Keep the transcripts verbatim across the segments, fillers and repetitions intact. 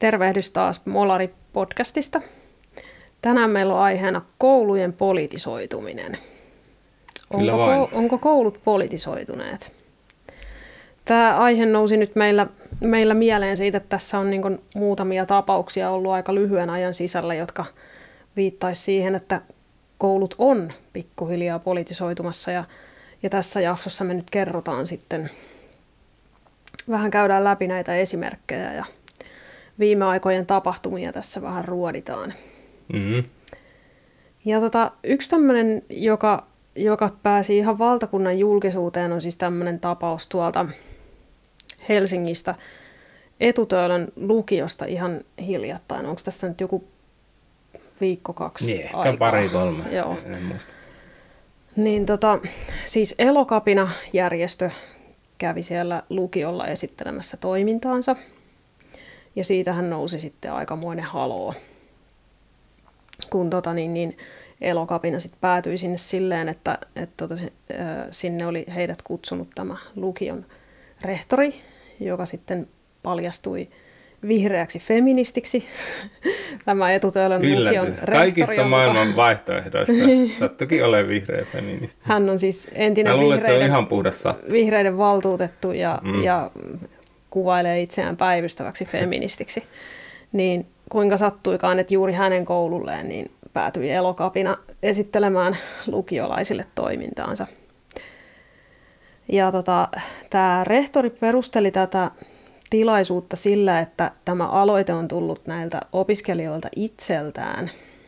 Tervehdys taas Molari-podcastista. Tänään meillä on aiheena koulujen politisoituminen. Onko, ko- onko koulut politisoituneet? Tämä aihe nousi nyt meillä, meillä mieleen siitä, että tässä on niin kuin muutamia tapauksia ollut aika lyhyen ajan sisällä, jotka viittaisi siihen, että koulut on pikkuhiljaa politisoitumassa. Ja, ja tässä jaksossa me nyt kerrotaan sitten, vähän käydään läpi näitä esimerkkejä ja viime aikojen tapahtumia tässä vähän ruoditaan. Mm-hmm. Ja tota, yksi tämmöinen, joka, joka pääsi ihan valtakunnan julkisuuteen, on siis tämmöinen tapaus tuolta Helsingistä Etutöölön lukiosta ihan hiljattain. Onko tässä nyt joku viikko, kaksi niin, ehkä aikaa? pari, kolme. Joo. En, en muista. Niin tota, siis Elokapina-järjestö kävi siellä lukiolla esittelemässä toimintaansa. Ja siitähän nousi sitten aikamoinen haloo, kun tota, niin, niin, Elokapina sitten päätyi sinne silleen, että, että tota, sinne oli heidät kutsunut tämä lukion rehtori, joka sitten paljastui vihreäksi feministiksi. Tämä Etutöölön lukion rehtori. Kaikista maailman vaihtoehdoista sattuikin ole vihreä feministi. Hän on siis entinen Mä luulen, vihreiden, se on ihan puhdas sattu. vihreiden valtuutettu ja, mm. ja kuvailee itseään päivystäväksi feministiksi. Niin kuinka sattuikaan, että juuri hänen koululleen niin päätyi Elokapina esittelemään lukiolaisille toimintaansa. Ja tota, tämä rehtori perusteli tätä tilaisuutta sillä, että tämä aloite on tullut näiltä opiskelijoilta itseltään.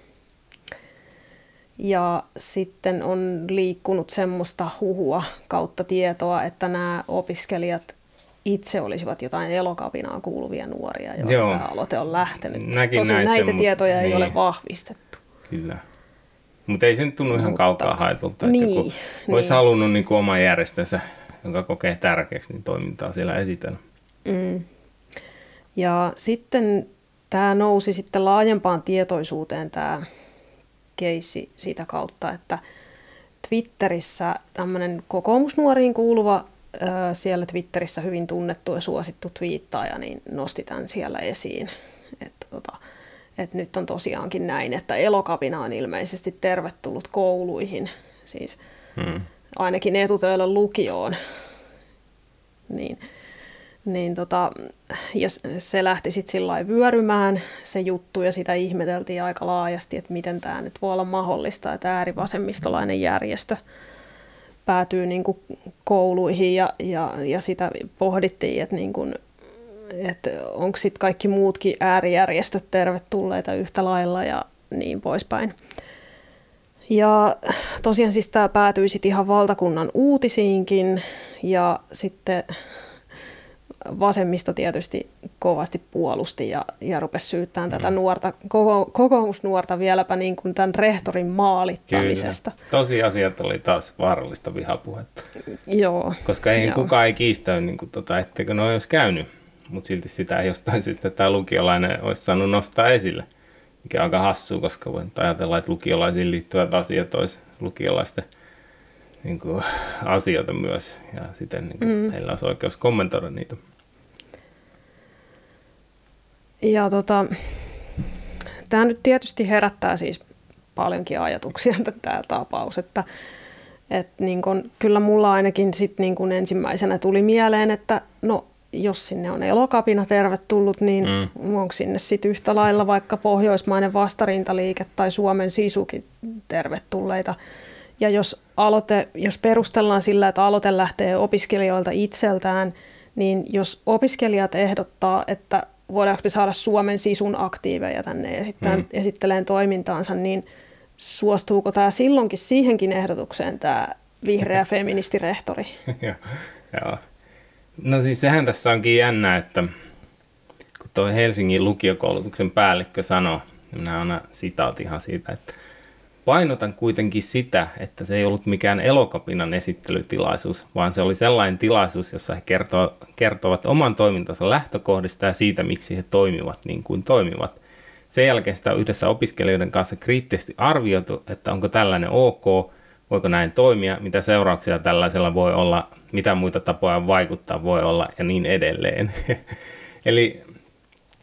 Ja sitten on liikkunut semmoista huhua kautta tietoa, että nämä opiskelijat itse olisivat jotain Elokapinaan kuuluvia nuoria, joita Joo. tämä aloite on lähtenyt. Näkin Tosin näin näitä sen, tietoja ei niin. ole vahvistettu. Kyllä. Mutta ei se nyt tunnu ihan Mutta, kaukaa haetulta, että niin, joku olisi niin. halunnut niin kuin oman järjestönsä, jonka kokee tärkeäksi, niin toimintaa siellä esitellä. Mm. Ja sitten tämä nousi sitten laajempaan tietoisuuteen tämä keissi sitä kautta, että Twitterissä tämmöinen kokoomusnuoriin kuuluva, siellä Twitterissä hyvin tunnettu ja suosittu twiittaaja, niin nosti tämän siellä esiin. Että, tota, että nyt on tosiaankin näin, että Elokapina on ilmeisesti tervetullut kouluihin, siis hmm. ainakin Etutöölön lukioon. Niin, niin tota, ja se lähti sitten sillä vyörymään se juttu ja sitä ihmeteltiin aika laajasti, että miten tämä nyt voi olla mahdollista, että äärivasemmistolainen järjestö päätyy niin kuin kouluihin ja, ja, ja sitä pohdittiin, että, niin kuin, että onko sitten kaikki muutkin äärijärjestöt tervetulleita yhtä lailla ja niin poispäin. Ja tosiaan siis tämä päätyi sitten ihan valtakunnan uutisiinkin ja sitten vasemmisto tietysti kovasti puolusti ja, ja rupesi syyttämään mm. tätä nuorta, koko, kokoomusnuorta vieläpä niin kuin tämän rehtorin maalittamisesta. Kyllä. Tosiasiat oli taas vaarallista vihapuhetta. Joo. Koska ei Joo. kukaan ei kiistänyt, niin kuin tota, etteikö ne olisi käynyt, mutta silti sitä ei jostain syystä tämä lukiolainen olisi saanut nostaa esille. Mikä on aika hassua, koska voin ajatella, että lukiolaisiin liittyvät asiat olisi lukiolaisten niin kuin, asioita myös, ja siten niin kuin, mm. heillä olisi oikeus kommentoida niitä. Ja tota, tämä nyt tietysti herättää siis paljonkin ajatuksia tämä tapaus, että et niin kun, kyllä mulla ainakin sit niin kun ensimmäisenä tuli mieleen, että no jos sinne on Elokapina tervetullut, niin mm. onko sinne sitten yhtä lailla vaikka Pohjoismainen vastarintaliike tai Suomen Sisukin tervetulleita. Ja jos, aloite, jos perustellaan sillä, että aloite lähtee opiskelijoilta itseltään, niin jos opiskelijat ehdottaa, että voidaanko me saada Suomen Sisun aktiiveja tänne mm. esitteleen toimintaansa, niin suostuuko tämä silloinkin siihenkin ehdotukseen tämä vihreä feministirehtori? Joo. No siis sehän tässä onkin jännä, että kun tuo Helsingin lukiokoulutuksen päällikkö sanoi, minä aina sitaat ihan siitä, että painotan kuitenkin sitä, että se ei ollut mikään Elokapinan esittelytilaisuus, vaan se oli sellainen tilaisuus, jossa he kertoo, kertovat oman toimintansa lähtökohdista ja siitä, miksi he toimivat niin kuin toimivat. Sen jälkeen sitä on yhdessä opiskelijoiden kanssa kriittisesti arvioitu, että onko tällainen ok, voiko näin toimia, mitä seurauksia tällaisella voi olla, mitä muita tapoja vaikuttaa voi olla ja niin edelleen. Eli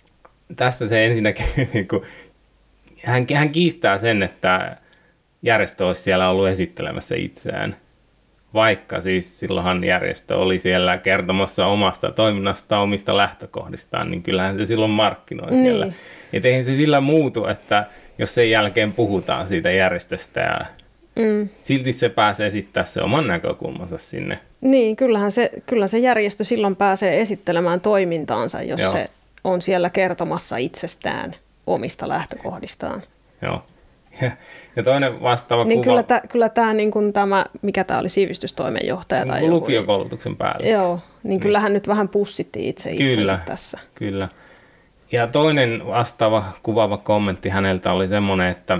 tässä se ensinnäkin, niin kuin, hän, hän kiistää sen, että järjestö olisi siellä ollut esittelemässä itseään. Vaikka siis silloinhan järjestö oli siellä kertomassa omasta toiminnasta, omista lähtökohdistaan, niin kyllähän se silloin markkinoi niin siellä. Että eihän se sillä muutu, että jos sen jälkeen puhutaan siitä järjestöstä ja mm. silti se pääsee esittämään se oman näkökulmansa sinne. Niin, kyllähän se, kyllä se järjestö silloin pääsee esittelemään toimintaansa, jos Joo. se on siellä kertomassa itsestään omista lähtökohdistaan. Joo. Ja, ja toinen vastaava niin kuva... Kyllä, tä, kyllä tämä, niin kuin tämä, mikä tämä oli, sivistystoimenjohtaja tai joku. Lukiokoulutuksen päälle. Joo, niin, niin kyllähän nyt vähän pussitti itse kyllä, itsensä tässä. Kyllä. Ja toinen vastaava kuvaava kommentti häneltä oli semmoinen, että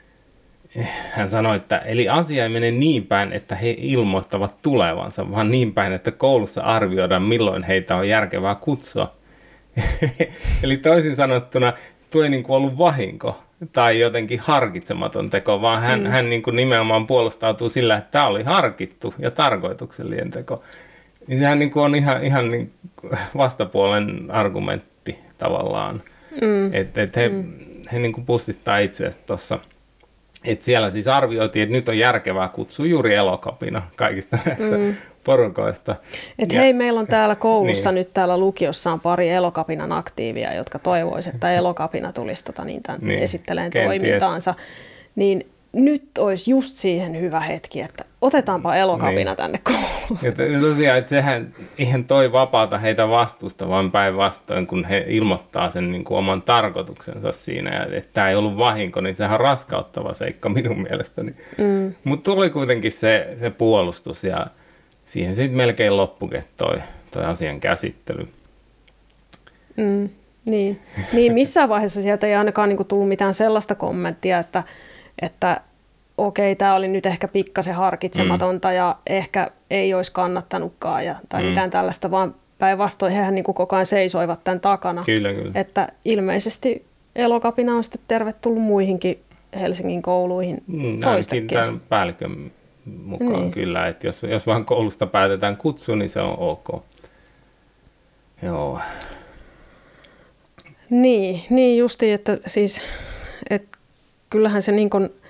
hän sanoi, että eli asia ei mene niin päin, että he ilmoittavat tulevansa, vaan niin päin, että koulussa arvioidaan, milloin heitä on järkevää kutsua. Eli toisin sanottuna, tuo ei niin kuin ollut vahinko tai jotenkin harkitsematon teko, vaan hän, mm. hän niin kuin nimenomaan puolustautuu sillä, että tämä oli harkittu ja tarkoituksellinen teko. Niin sehän niin kuin on ihan, ihan niin vastapuolen argumentti tavallaan. Mm. Että et he, mm. he niin kuin pussittaa itseänsä tuossa. Että siellä siis arvioitiin, että nyt on järkevää kutsua juuri Elokapina kaikista näistä mm. porukoista. Että hei, meillä on täällä koulussa, niin. nyt täällä lukiossa on pari Elokapinan aktiivia, jotka toivoisivat, että Elokapina tulisi tota, niin, tämän niin. esittelemään toimintaansa. Niin nyt olisi just siihen hyvä hetki, että otetaanpa Elokapina niin. tänne kouluun. Ja tosiaan, että sehän ihan toi vapaata heitä vastuusta, vaan päinvastoin, kun he ilmoittaa sen niin kuin oman tarkoituksensa siinä, ja että tämä ei ollut vahinko, niin sehän on raskauttava seikka minun mielestäni. Mm. Mutta tuli kuitenkin se, se puolustus, ja siihen sitten melkein loppukin toi, toi asian käsittely. Mm, niin. niin, missään vaiheessa sieltä ei ainakaan niin kuin tullut mitään sellaista kommenttia, että että okei, tämä oli nyt ehkä pikkasen harkitsematonta mm. ja ehkä ei olisi kannattanutkaan ja, tai mm. mitään tällaista, vaan päinvastoin hehän niin kuin koko ajan seisoivat tämän takana. Kyllä, kyllä. Että ilmeisesti Elokapina on sitten tervetullut muihinkin Helsingin kouluihin mm, ainakin tämän päällikön mukaan niin. kyllä, että jos, jos vaan koulusta päätetään kutsua, niin se on ok. Joo. Niin, niin justiin, että siis että kyllähän se niin kuin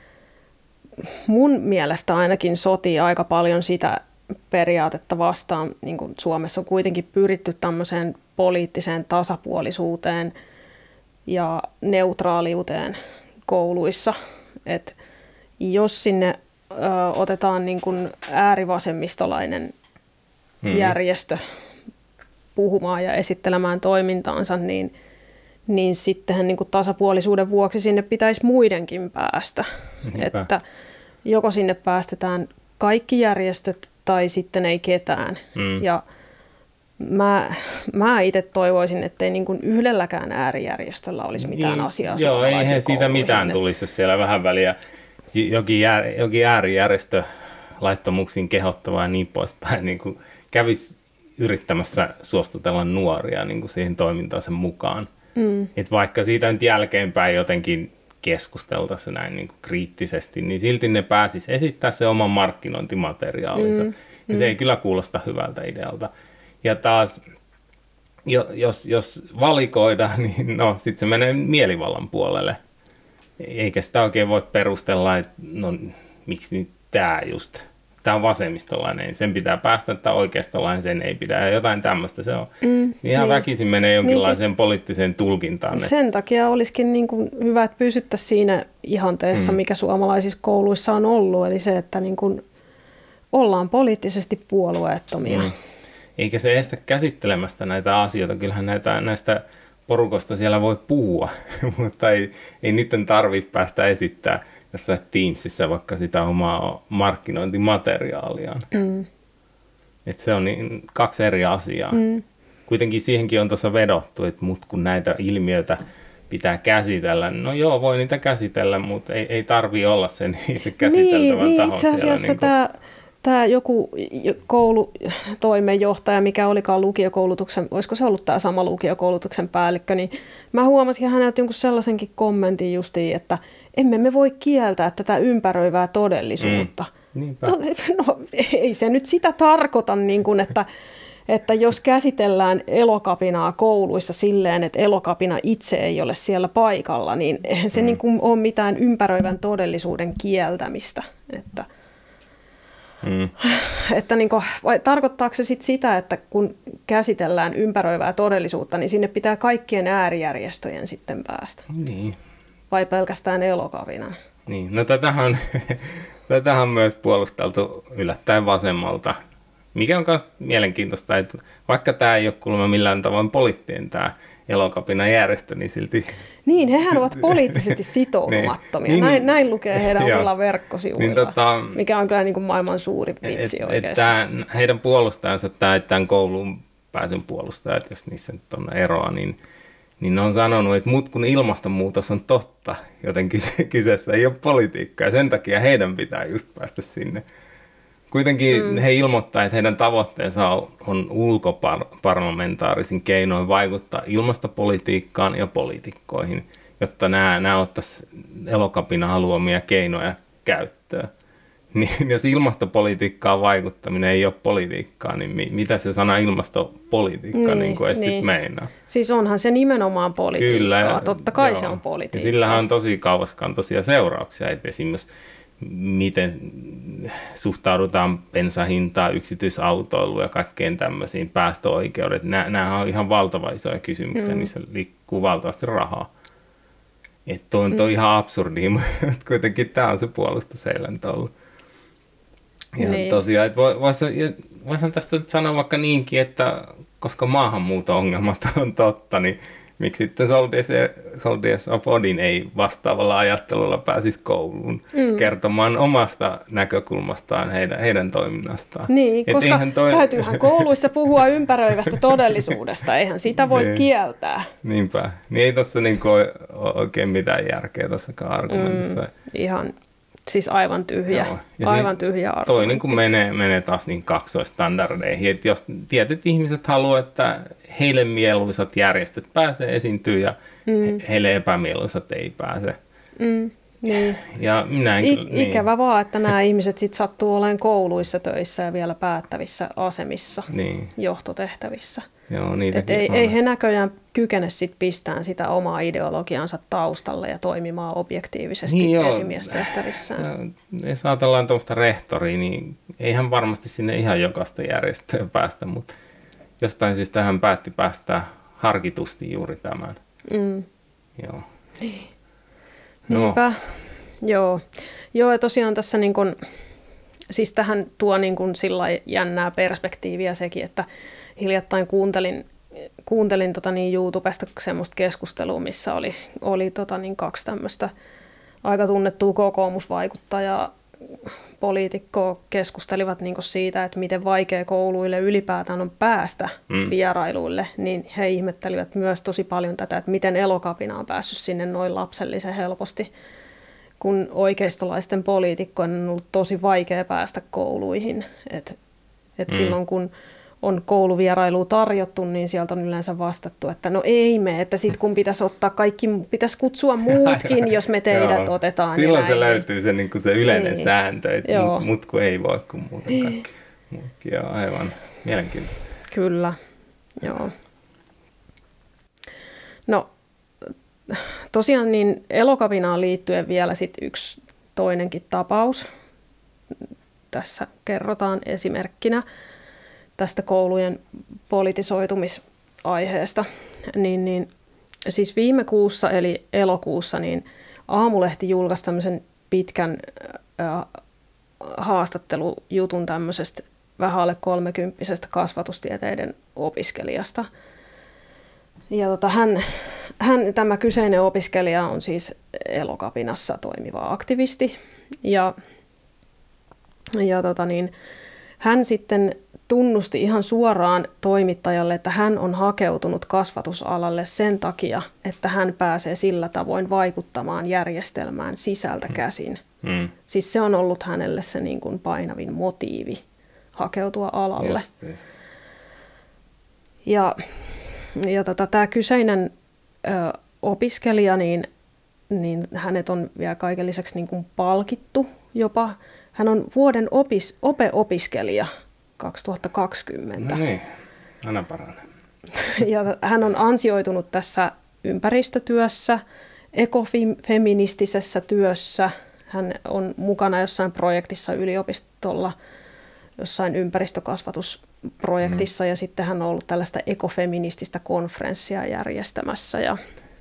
mun mielestä ainakin sotii aika paljon sitä periaatetta vastaan. Niin kuin Suomessa on kuitenkin pyritty tämmöiseen poliittiseen tasapuolisuuteen ja neutraaliuteen kouluissa. Et jos sinne ö, otetaan niin kuin äärivasemmistolainen mm-hmm. järjestö puhumaan ja esittelemään toimintaansa, niin niin sittenhän niin kuin tasapuolisuuden vuoksi sinne pitäisi muidenkin päästä. Niinpä. Että joko sinne päästetään kaikki järjestöt tai sitten ei ketään. Mm. Ja mä, mä itse toivoisin, ettei niin kuin yhdelläkään äärijärjestöllä olisi mitään niin, asiaa. Joo, eihän siitä mitään tulisi, jos siellä vähän väliä jokin, jär, jokin äärijärjestö laittomuuksiin kehottava ja niin poispäin niin kuin kävisi yrittämässä suostutella nuoria niin kuin siihen toimintaansa mukaan. Mm. Et vaikka siitä nyt jälkeenpäin jotenkin keskusteltaisiin näin niin kuin kriittisesti, niin silti ne pääsis esittää se oman markkinointimateriaalinsa. Mm. Ja se mm. ei kyllä kuulosta hyvältä idealta. Ja taas, jos, jos valikoidaan, niin no, sitten se menee mielivallan puolelle. Eikä sitä oikein voi perustella, että no, miksi nyt tämä just... Tämä on vasemmistolainen, sen pitää päästä, että oikeistolainen sen ei pidä. Ja jotain tämmöistä se on. Mm, ihan niin. väkisin menee jonkinlaiseen niin siis poliittiseen tulkintaan. Sen takia olisikin niin kuin hyvä, että pysyttäisiin siinä ihanteessa, mm. mikä suomalaisissa kouluissa on ollut. Eli se, että niin kuin ollaan poliittisesti puolueettomia. Mm. Eikä se estä käsittelemästä näitä asioita. Kyllähän näitä, näistä porukosta siellä voi puhua, mutta ei, ei niiden tarvitse päästä esittämään jossain Teamsissa vaikka sitä omaa markkinointimateriaaliaan. Mm. Et se on niin, kaksi eri asiaa. Mm. Kuitenkin siihenkin on tuossa vedottu, että mut kun näitä ilmiöitä pitää käsitellä, no joo, voi niitä käsitellä, mutta ei, ei tarvitse olla sen itse käsiteltävän niin, tahon niin, itse asiassa siellä. Niin tämä, tämä joku koulutoimenjohtaja, mikä olikaan lukiokoulutuksen, olisiko se ollut tämä sama lukiokoulutuksen päällikkö, niin mä huomasin häneltä jonkun sellaisenkin kommentin justiin, että emme me voi kieltää tätä ympäröivää todellisuutta. Mm, no, no ei se nyt sitä tarkoita, niin kuin, että, että jos käsitellään Elokapinaa kouluissa silleen, että Elokapina itse ei ole siellä paikalla, niin eihän se mm. niin kuin ole mitään ympäröivän todellisuuden kieltämistä. Että, mm. että niin kuin, vai tarkoittaako se sit sitä, että kun käsitellään ympäröivää todellisuutta, niin sinne pitää kaikkien äärijärjestöjen sitten päästä? Niin. Vai pelkästään Elokapinan? Niin, no tätähän, tätähän on myös puolusteltu yllättäen vasemmalta. Mikä on myös mielenkiintoista, että vaikka tämä ei ole kuulemma millään tavoin poliittinen tämä Elokapinan järjestö, niin silti... Niin, hehän ovat poliittisesti sitoutumattomia. niin, näin, näin lukee heidän omilla verkkosivuilla, niin, tota, mikä on kyllä niin kuin maailman suuri vitsi et, oikeastaan. Et heidän puolustajansa, tämä, tämän kouluun pääsyn puolustajat, jos niissä nyt on eroa, niin, niin ne on sanonut, että mut kun ilmastonmuutos on totta, joten kyseessä ei ole politiikkaa, ja sen takia heidän pitää just päästä sinne. Kuitenkin mm. he ilmoittavat, että heidän tavoitteensa on, on ulkoparlamentaarisin keinoin vaikuttaa ilmastopolitiikkaan ja poliitikkoihin, jotta nämä, nämä ottaisivat Elokapina haluamia keinoja käyttöön. Niin, jos ilmastopolitiikkaan vaikuttaminen ei ole politiikkaa, niin mi, mitä se sana ilmastopolitiikka niin, niin kuin edes niin. sitten meinaa? Siis onhan se nimenomaan politiikkaa, Kyllä, totta kai joo. se on politiikkaa. Ja sillähän on tosi kauaskantoisia seurauksia, että esimerkiksi miten suhtaudutaan bensahintaan, yksityisautoiluun ja kaikkeen tämmöisiin päästöoikeudet. Nämä on ihan valtava isoja kysymyksiä, mm. niissä liikkuu valtavasti rahaa. Että on mm. ihan absurdia, mutta kuitenkin tämä on se puolustus heillä nyt ollut. Ja niin. tosiaan, että voisin vois tästä sanoa vaikka niinkin, että koska maahanmuuton ongelmat on totta, niin miksi sitten Soldiers of Odin ei vastaavalla ajattelulla pääsisi kouluun mm. kertomaan omasta näkökulmastaan heidän, heidän toiminnastaan. Niin, et koska toi... täytyyhän kouluissa puhua ympäröivästä todellisuudesta, eihän sitä voi niin. kieltää. Niinpä, niin ei tuossa niinku ole oikein mitään järkeä tuossakaan argumentissa. Mm, ihan, siis aivan tyhjä, aivan tyhjä argumentti. Toi niin kuin menee, menee taas niin kaksoistandardeihin, että jos tietyt ihmiset haluaa, että heille mieluisat järjestöt pääsee esiintyä ja mm. heille epämieluisat ei pääse. Mm, niin. Ja minä en, I, niin. Ikävä vaan, että nämä ihmiset sit sattuu olemaan kouluissa töissä ja vielä päättävissä asemissa, niin. johtotehtävissä. Joo, Et ei, ei he näköjään kykene sit pistämään sitä omaa ideologiansa taustalle ja toimimaan objektiivisesti niin esimiestehtävissään. Jos ajatellaan tuosta rehtoria, niin eihän varmasti sinne ihan jokaista järjestöä päästä, mutta jostain siis tähän päätti päästää harkitusti juuri tämän. Mm. Joo. Niin. Niinpä. Joo. Joo, ja tosiaan tässä niin kun, siis tähän tuo niin kun sillä jännää perspektiiviä sekin, että hiljattain kuuntelin, kuuntelin tota niin YouTubesta semmoista keskustelua, missä oli, oli tota niin kaksi tämmöistä aika tunnettua kokoomusvaikuttajaa, poliitikkoa keskustelivat niin kuin siitä, että miten vaikea kouluille ylipäätään on päästä mm. vierailuille, niin he ihmettelivät myös tosi paljon tätä, että miten Elokapina on päässyt sinne noin lapsellisen helposti, kun oikeistolaisten poliitikkojen on ollut tosi vaikea päästä kouluihin. Et, et mm. silloin kun on kouluvierailu tarjottu, niin sieltä on yleensä vastattu, että no ei me, että sitten kun pitäisi ottaa kaikki, pitäisi kutsua muutkin, jos me teidät Joo. otetaan. Silloin se löytyy se, niin kuin se yleinen niin. sääntö, että mut, mut kun ei voi, kun muuten kaikki. Muutkin Joo, aivan mielenkiintoista. Kyllä, Joo. No tosiaan niin Elokapinaan liittyen vielä sit yksi toinenkin tapaus. Tässä kerrotaan esimerkkinä tästä koulujen politisoitumisaiheesta, niin, niin siis viime kuussa eli elokuussa niin Aamulehti julkaisi tämmöisen pitkän äh, haastattelujutun tämmöisestä vähän alle kolmekymppisestä kasvatustieteiden opiskelijasta. Ja tota, hän, hän, tämä kyseinen opiskelija on siis Elokapinassa toimiva aktivisti ja, ja tota niin, hän sitten tunnusti ihan suoraan toimittajalle, että hän on hakeutunut kasvatusalalle sen takia, että hän pääsee sillä tavoin vaikuttamaan järjestelmään sisältä käsin. Mm. Siis se on ollut hänelle se niin kuin painavin motiivi hakeutua alalle. Justiin. Ja, ja tota, tämä kyseinen ö, opiskelija, niin, niin hänet on vielä kaiken lisäksi niin kuin palkittu jopa. Hän on vuoden opis, ope-opiskelija kaksituhattakaksikymmentä. No niin. Aina paranee. Ja hän on ansioitunut tässä ympäristötyössä, ekofeministisessä työssä. Hän on mukana jossain projektissa yliopistolla, jossain ympäristökasvatusprojektissa, mm. ja sitten hän on ollut tällaista ekofeminististä konferenssia järjestämässä. Ja,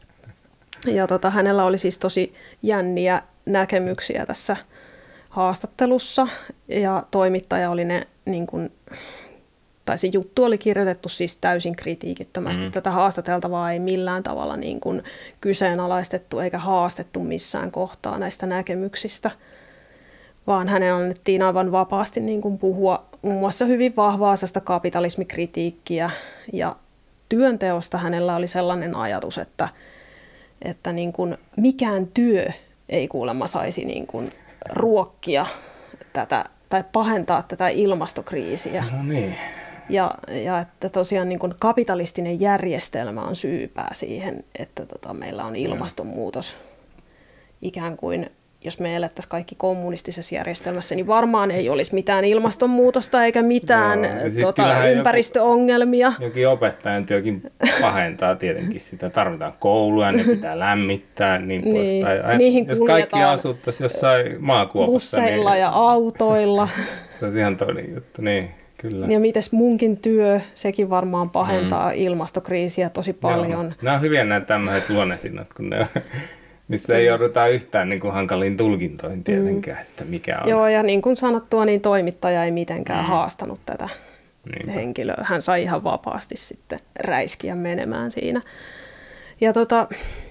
ja tota, hänellä oli siis tosi jänniä näkemyksiä tässä haastattelussa, ja toimittaja oli ne, niin kuin, tai se juttu oli kirjoitettu siis täysin kritiikittömästi. Mm. Tätä haastateltavaa ei millään tavalla niin kuin kyseenalaistettu eikä haastettu missään kohtaa näistä näkemyksistä, vaan hänen annettiin aivan vapaasti niin kuin puhua muun muassa hyvin vahvaa kapitalismikritiikkiä, ja työnteosta hänellä oli sellainen ajatus, että, että niin kuin mikään työ ei kuulemma saisi niin kuin ruokkia tätä tai pahentaa tätä ilmastokriisiä. No niin. Ja, ja että tosiaan niin kuin kapitalistinen järjestelmä on syypää siihen, että tota, meillä on ilmastonmuutos. Ikään kuin, jos me elettäisiin kaikki kommunistisessa järjestelmässä, niin varmaan ei olisi mitään ilmastonmuutosta eikä mitään Joo, siis tota, ympäristöongelmia. Joku, jokin opettajan työkin pahentaa tietenkin sitä. Tarvitaan kouluja, ne pitää lämmittää, niin, niin poispäin. Niihin jos kaikki asuttaisiin jossain maakuopassa. Busseilla niin, ja autoilla. Se on ihan toinen juttu, niin. Kyllä. Ja mites munkin työ, sekin varmaan pahentaa mm. ilmastokriisiä tosi paljon. Joo. Nämä on hyviä nämä tämmöiset luonnehdinnat, kun ne on, niissä ei jouduta yhtään niin kuin hankaliin tulkintoihin tietenkään, mm. että mikä on. Joo, ja niin kuin sanottua, niin toimittaja ei mitenkään mm. haastanut tätä Niinpä. henkilöä. Hän sai ihan vapaasti sitten räiskiä menemään siinä. Ja tota,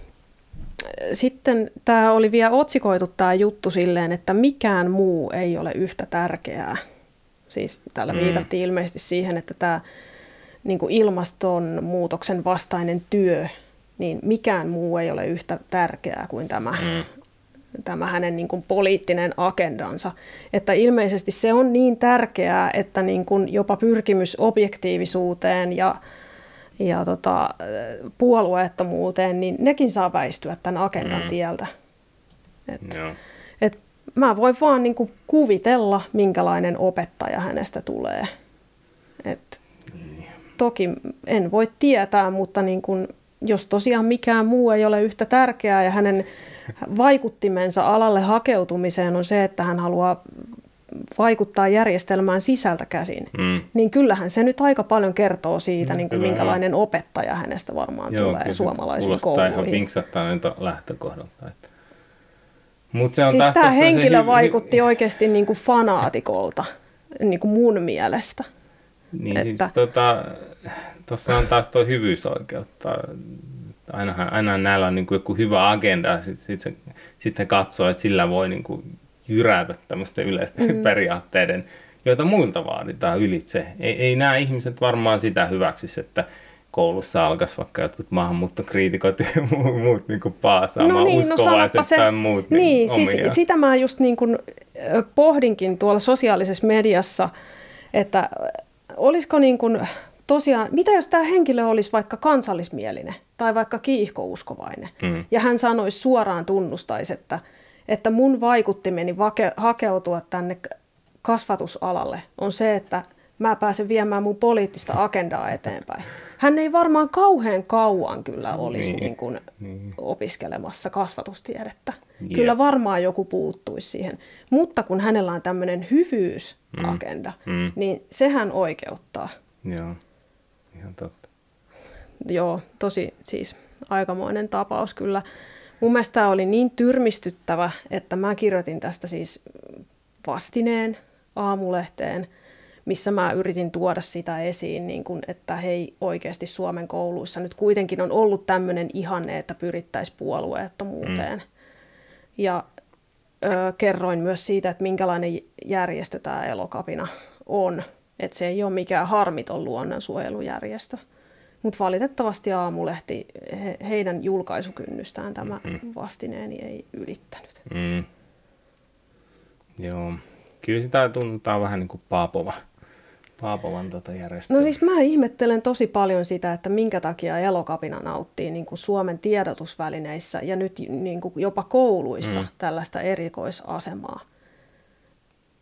sitten tämä oli vielä otsikoitu tämä juttu silleen, että mikään muu ei ole yhtä tärkeää. Siis täällä mm. viitattiin ilmeisesti siihen, että tämä niin kuin ilmastonmuutoksen vastainen työ, niin mikään muu ei ole yhtä tärkeää kuin tämä, mm. tämä hänen niin kuin poliittinen agendansa. Että ilmeisesti se on niin tärkeää, että niin kuin jopa pyrkimys objektiivisuuteen ja, ja tota, puolueettomuuteen, niin nekin saa väistyä tämän agendan mm. tieltä. Et, Joo. et, Mä voin vaan niin kuin kuvitella, minkälainen opettaja hänestä tulee. Et toki en voi tietää, mutta niin kuin, jos tosiaan mikään muu ei ole yhtä tärkeää ja hänen vaikuttimensa alalle hakeutumiseen on se, että hän haluaa vaikuttaa järjestelmään sisältä käsin, mm. niin kyllähän se nyt aika paljon kertoo siitä, mm, niin kuin minkälainen opettaja hänestä varmaan Joo, tulee suomalaisiin kouluihin. Kuulostaa ihan vinksattaneelta lähtökohdalta. Että Mut se on siis taas tämä henkilö se hy- vaikutti oikeasti niin kuin fanaatikolta, niin kuin mun mielestä. Niin että siis tota, tuossa on taas tuo hyvyysoikeutta. Ainahan, ainahan näillä on niin kuin joku hyvä agenda, ja sitten sit se, sit se katsoo, että sillä voi niin kuin jyrätä tämmöisten yleisten mm. periaatteiden, joita muilta vaaditaan ylitse. Ei, ei nämä ihmiset varmaan sitä hyväksisi, että koulussa alkaisi vaikka jotkut maahanmuuttokriitikot ja muut niin kuin paasaamaan, no niin, uskovaiset no tai muut. Niin, niin siis sitä mä just niin kuin pohdinkin tuolla sosiaalisessa mediassa, että olisiko niin kuin tosiaan, mitä jos tämä henkilö olisi vaikka kansallismielinen tai vaikka kiihkouskovainen, mm. ja hän sanoisi suoraan tunnustaisi, että, että mun vaikuttimeni vake, hakeutua tänne kasvatusalalle on se, että mä pääsen viemään mun poliittista agendaa eteenpäin. Hän ei varmaan kauhean kauan kyllä olisi niin, niin kuin niin. opiskelemassa kasvatustiedettä. Yep. Kyllä varmaan joku puuttuisi siihen. Mutta kun hänellä on tämmöinen hyvyysagenda, mm. Mm. niin sehän oikeuttaa. Joo, ihan totta. Joo, tosi siis aikamoinen tapaus kyllä. Mun mielestä tämä oli niin tyrmistyttävä, että mä kirjoitin tästä siis vastineen Aamulehteen, missä mä yritin tuoda sitä esiin, niin kun, että hei, oikeasti Suomen kouluissa nyt kuitenkin on ollut tämmöinen ihanne, että pyrittäisiin puolueettomuuteen. Mm. Ja ö, kerroin myös siitä, että minkälainen järjestö tämä Elokapina on. Että se ei ole mikään harmiton luonnonsuojelujärjestö. Mutta valitettavasti Aamulehti, he, heidän julkaisukynnystään tämä mm-hmm. vastineeni ei ylittänyt. Mm. Joo. Kyllä sitä tuntuu vähän niin kuin Paapova. Paapovan tota järjestelmä. No siis mä ihmettelen tosi paljon sitä, että minkä takia Elokapina nauttii niin kuin Suomen tiedotusvälineissä ja nyt niin kuin jopa kouluissa mm. tällaista erikoisasemaa.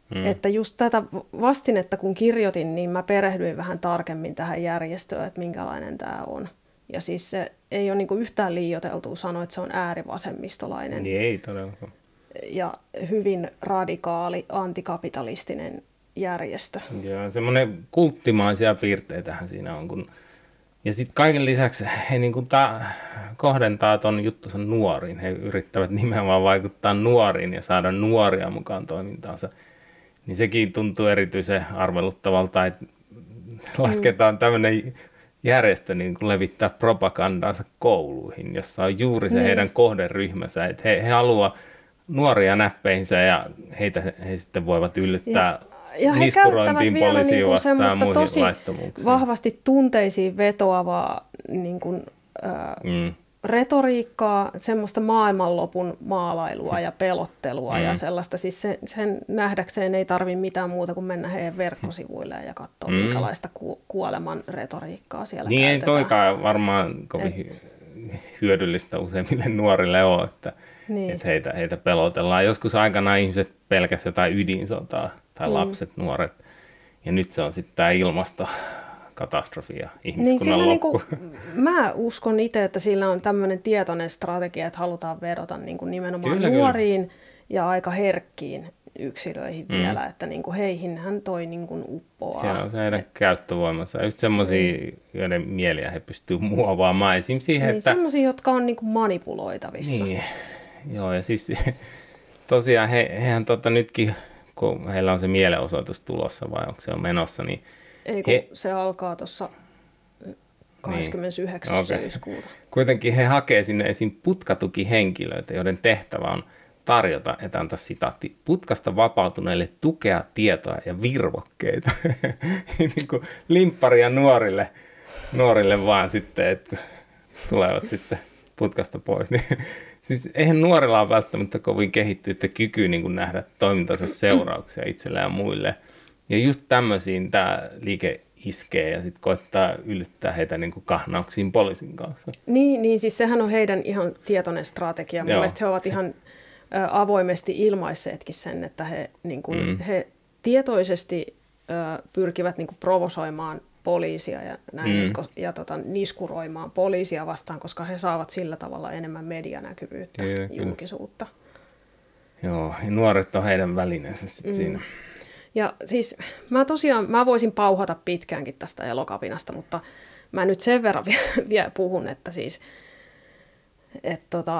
Mm. Että just tätä vastinetta kun kirjoitin, niin mä perehdyin vähän tarkemmin tähän järjestöön, että minkälainen tämä on. Ja siis se ei ole niinku yhtään liioiteltua sanoa, että se on äärivasemmistolainen. Niin ei todellakaan. Ja hyvin radikaali, antikapitalistinen järjestö. Joo, semmoinen kulttimaisia piirteitähän siinä on. Kun... Ja sitten kaiken lisäksi he niinku ta... kohdentaa ton juttunsa nuoriin. He yrittävät nimenomaan vaikuttaa nuoriin ja saada nuoria mukaan toimintaansa. Niin sekin tuntuu erityisen arveluttavalta, että lasketaan mm. tämmöinen järjestö niin kuin levittää propagandaansa kouluihin, jossa on juuri se niin. heidän kohderyhmänsä. Että he, he haluaa nuoria näppeihinsä ja heitä he sitten voivat yllyttää ja, ja niskurointiin poliisiin niinku vastaan muihin tosi laittomuuksiin. Vahvasti tunteisiin vetoavaa niin kuin, äh, mm. retoriikkaa, semmoista maailmanlopun maalailua ja pelottelua mm. ja sellaista. Siis sen, sen nähdäkseen ei tarvitse mitään muuta kuin mennä heidän verkkosivuilleen ja katsoa, mm. minkälaista ku, kuoleman retoriikkaa siellä niin käytetään. Ei toikaan varmaan kovin Et... hyödyllistä useimmille nuorille ole, että, niin. että heitä, heitä pelotellaan. Joskus aikanaan ihmiset pelkäsivät jotain ydinsotaa tai mm. lapset, nuoret. Ja nyt se on sitten tämä ilmasto. Katastrofi ja ihmiskunnan niin loppu. Niin kuin, mä uskon itse, että sillä on tämmöinen tietoinen strategia, että halutaan vedota niin kuin nimenomaan kyllä, nuoriin kyllä. ja aika herkkiin yksilöihin mm. vielä, että niin kuin heihin hän toi niin kuin uppoaa. Siellä on se heidän Et... käyttövoimansa, just semmoisia, mm. joiden mieliä he pystyvät muovaamaan esim. Siihen, niin, että... semmoisia, jotka on niin kuin manipuloitavissa. Niin, joo ja siis tosiaan he, hehän tota nytkin, kun heillä on se mielenosoitus tulossa vai onko se on menossa, niin ei kun he... se alkaa tuossa kahdeskymmenesyhdeksäs Niin. syyskuuta. Kuitenkin he hakee sinne esim. Putkatukihenkilöitä, joiden tehtävä on tarjota, että antaa sitaatti, putkasta vapautuneille tukea, tietoa ja virvokkeita. niin kuin limpparia nuorille, nuorille vaan sitten, että tulevat sitten putkasta pois. Siis eihän nuorilla ole välttämättä kovin kehittynyttä kykyä niin kuin nähdä toimintansa seurauksia itselle ja muille. Ja just tämmöisiin tämä liike iskee ja sitten koettaa yllyttää heitä niin kuin kahnauksiin poliisin kanssa. Niin, niin, siis sehän on heidän ihan tietoinen strategia. Mun mielestä he ovat ihan ä, avoimesti ilmaisseetkin sen, että he, niin kuin, mm. he tietoisesti ä, pyrkivät niin kuin provosoimaan poliisia ja, näin, mm. ja tota, niskuroimaan poliisia vastaan, koska he saavat sillä tavalla enemmän medianäkyvyyttä, ja julkisuutta. Joo, ja nuoret on heidän välineensä sitten mm. siinä. Ja siis mä tosiaan, mä voisin pauhata pitkäänkin tästä Elokapinasta, mutta mä nyt sen verran vielä, vielä puhun, että siis, että tota,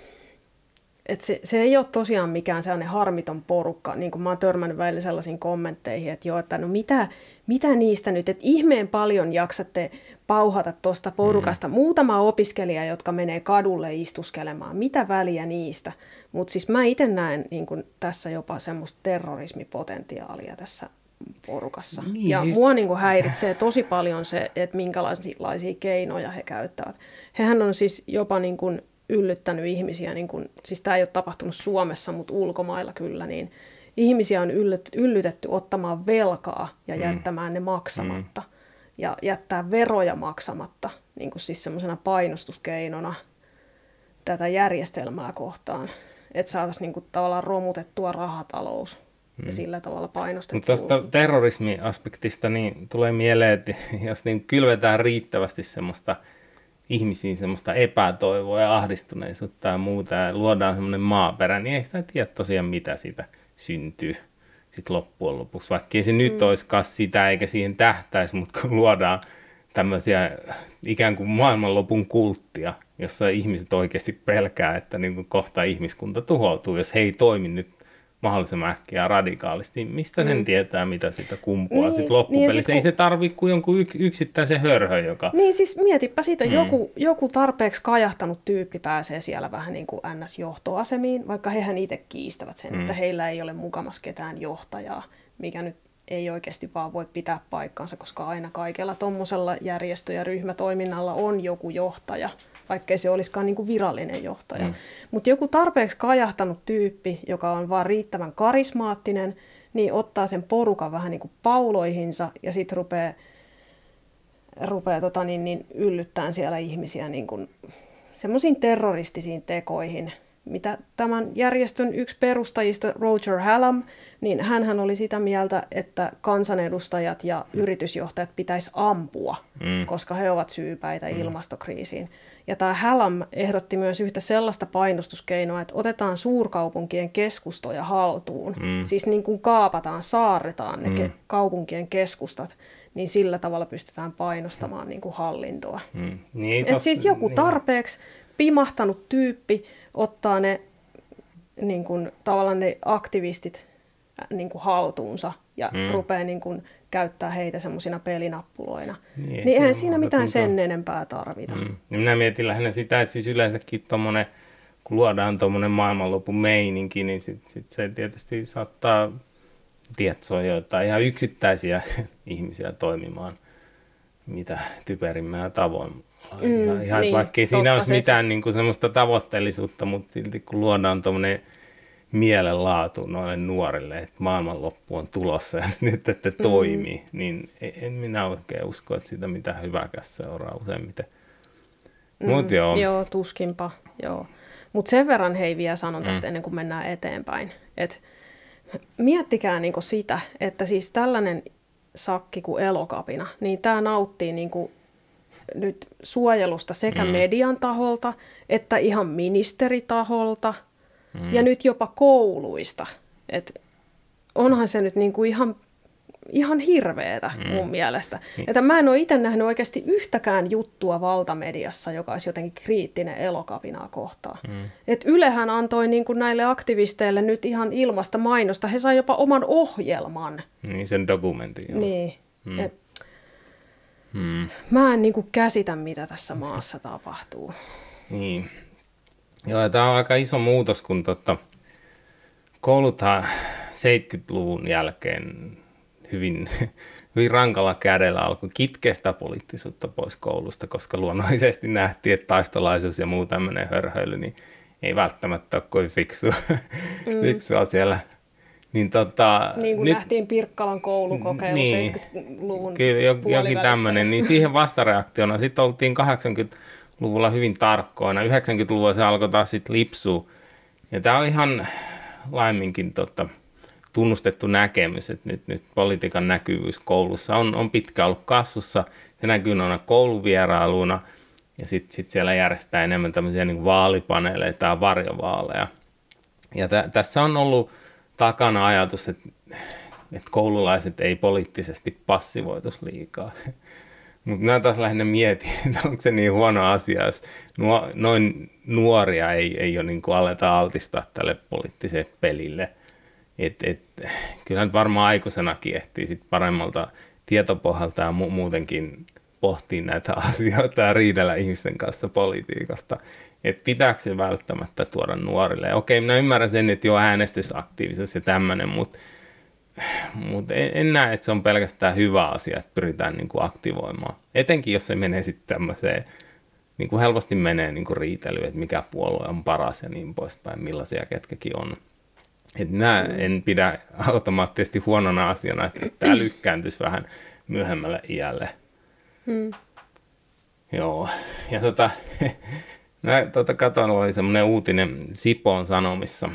et se, se ei ole tosiaan mikään sellainen harmiton porukka, niin kuin mä oon törmännyt välillä sellaisiin kommentteihin, että joo, että no mitä, mitä niistä nyt, että ihmeen paljon jaksatte pauhata tuosta porukasta. Mm. Muutama opiskelija, jotka menee kadulle istuskelemaan, mitä väliä niistä. Mutta siis mä itse näen niin kun tässä jopa semmoista terrorismipotentiaalia tässä porukassa. Niin, ja siis... mua niin kun häiritsee tosi paljon se, että minkälaisia keinoja he käyttävät. Hehän on siis jopa niin kun yllyttänyt ihmisiä, niin kun, siis tämä ei ole tapahtunut Suomessa, mutta ulkomailla kyllä, niin ihmisiä on yllyt, yllytetty ottamaan velkaa ja mm. jättämään ne maksamatta. Mm. Ja jättää veroja maksamatta, niin kuin siis semmoisena painostuskeinona tätä järjestelmää kohtaan. Että saataisiin niin kuin tavallaan romutettua rahatalous mm. ja sillä tavalla painostettua. Mutta tuosta terrorismiaspektista niin tulee mieleen, että jos niin kylvetään riittävästi semmoista ihmisiin semmoista epätoivoa ja ahdistuneisuutta ja muuta ja luodaan semmoinen maaperä, niin ei sitä tiedä tosiaan mitä siitä syntyy sitten loppujen lopuksi. Vaikka ei se nyt mm. olisikaan sitä eikä siihen tähtäisi, mutta kun luodaan tämmöisiä ikään kuin maailmanlopun kulttia, jossa ihmiset oikeasti pelkää, että niin kuin kohta ihmiskunta tuhoutuu, jos he ei toimi nyt mahdollisimman äkkiä radikaalisti. Mistä sen mm. tietää, mitä sitä kumpuaa niin, sitten loppupelissä? Niin sit, ei se tarvitse kuin jonkun yksittäisen hörhön, joka... Niin siis mietipä sitä, mm. joku, joku tarpeeksi kajahtanut tyyppi pääsee siellä vähän niin kuin N S-johtoasemiin, vaikka hehän itse kiistävät sen, mm. että heillä ei ole mukamas ketään johtajaa, mikä nyt ei oikeasti vaan voi pitää paikkansa, koska aina kaikella tuommoisella järjestö- ja ryhmätoiminnalla on joku johtaja, vaikkei se olisikaan niin kuin virallinen johtaja. Mm. Mutta joku tarpeeksi kajahtanut tyyppi, joka on vaan riittävän karismaattinen, niin ottaa sen porukan vähän niin kuin pauloihinsa ja sitten rupeaa, rupeaa tota niin, niin yllyttämään siellä ihmisiä niin kuin semmoisiin terroristisiin tekoihin, mitä tämän järjestön yksi perustajista, Roger Hallam, niin hänhän oli sitä mieltä, että kansanedustajat ja yritysjohtajat pitäisi ampua, mm. koska he ovat syypäitä mm. ilmastokriisiin. Ja tämä Hallam ehdotti myös yhtä sellaista painostuskeinoa, että otetaan suurkaupunkien keskustoja haltuun. Mm. Siis niin kuin kaapataan, saarretaan ne mm. ke- kaupunkien keskustat, niin sillä tavalla pystytään painostamaan niin kuin hallintoa. Mm. Niin, tos, Et siis joku tarpeeksi pimahtanut tyyppi ottaa ne, niin kuin, tavallaan ne aktivistit niin kuin haltuunsa ja mm. rupeaa niin kuin, käyttää heitä semmoisina pelinappuloina. Niin, niin eihän siinä mitään tuntua. Sen enempää tarvita. Mm. Niin minä mietin lähinnä sitä, että siis yleensäkin tommonen, kun luodaan tuommoinen maailmanlopun meininki, niin sit, sit se tietysti saattaa tietsoa jotain ihan yksittäisiä ihmisiä toimimaan mitä typerimmällä tavoin. Mm, ihan, ihan niin, vaikkei siinä olisi mitään niin kuin semmoista tavoitteellisuutta, mutta silti kun luodaan tuommoinen mielenlaatu noille nuorille, että maailmanloppu on tulossa ja jos nyt ette toimi, mm. niin en minä oikein usko, että siitä mitään hyväkäs seuraa useimmiten. Mm, Mut joo. joo, tuskinpa. Joo. Mutta sen verran hei vielä sanon tästä mm. ennen kuin mennään eteenpäin. Et miettikää niinku sitä, että siis tällainen sakki kuin Elokapina, niin tämä nauttii niinku nyt suojelusta sekä mm. median taholta että ihan ministeritaholta mm. ja nyt jopa kouluista. Et onhan se nyt niinku ihan, ihan hirveetä mm. mun mielestä. Mm. Että mä en ole itse nähnyt oikeasti yhtäkään juttua valtamediassa, joka olisi jotenkin kriittinen Elokapinaa kohtaan. Mm. Et Ylehän antoi niinku näille aktivisteille nyt ihan ilmasta mainosta. He sai jopa oman ohjelman. Niin, sen dokumentin. Joo. Niin. Mm. Et Hmm. Mä en niinku käsitä, mitä tässä maassa tapahtuu. Niin. Joo, tämä on aika iso muutos, kun totta, kouluthan seitsemänkymmentäluvun jälkeen hyvin, hyvin rankalla kädellä alkoi kitkeä sitä poliittisuutta pois koulusta, koska luonnollisesti nähtiin, että taistolaisuus ja muu tämmöinen hörhöily, niin ei välttämättä ole kovin fiksua, mm. fiksua siellä. Niin, tota, niin kuin nyt, nähtiin Pirkkalan koulukokeilu niin, seitsemänkymmentäluvun kyllä, jokin tämmöinen, niin siihen vastareaktiona sitten oltiin kahdeksankymmentäluvulla hyvin tarkkoina. yhdeksänkymmentäluvulla se alkoi taas sitten lipsua. Ja tämä on ihan laiminkin tota, tunnustettu näkemys, että nyt, nyt politiikan näkyvyys koulussa on, on pitkään ollut kasvussa. Se näkyy noina kouluvierailuina ja sitten sit siellä järjestetään enemmän tämmöisiä niin vaalipaneeleja tai varjovaaleja. Ja t- tässä on ollut takana ajatus, että, että koululaiset ei poliittisesti passivoitus liikaa. Mutta minä taas lähinnä mietin, että onko se niin huono asia, jos nuo, noin nuoria ei, ei ole niin kuin aleta altistaa tälle poliittiselle pelille. Et, et, kyllä nyt varmaan aikuisenakin ehtii sit paremmalta tietopohjalta ja mu- muutenkin pohtii näitä asioita ja riidellä ihmisten kanssa politiikasta. Että pitääkö se välttämättä tuoda nuorille. Okei, minä ymmärrän sen, että jo äänestysaktiivisuus ja tämmöinen, mutta, mutta en, en näe, että se on pelkästään hyvä asia, että pyritään niin kuin aktivoimaan. Etenkin, jos se menee sitten tämmöiseen, niin kuin helposti menee niin kuin riitelyyn, että mikä puolue on paras ja niin poispäin, millaisia ketkäkin on. Että minä en pidä automaattisesti huonona asiana, että tämä lykkääntyisi vähän myöhemmälle iälle. Hmm. Joo, ja tota... Mä tota, katon, oli semmoinen uutinen Sipoon Sanomissa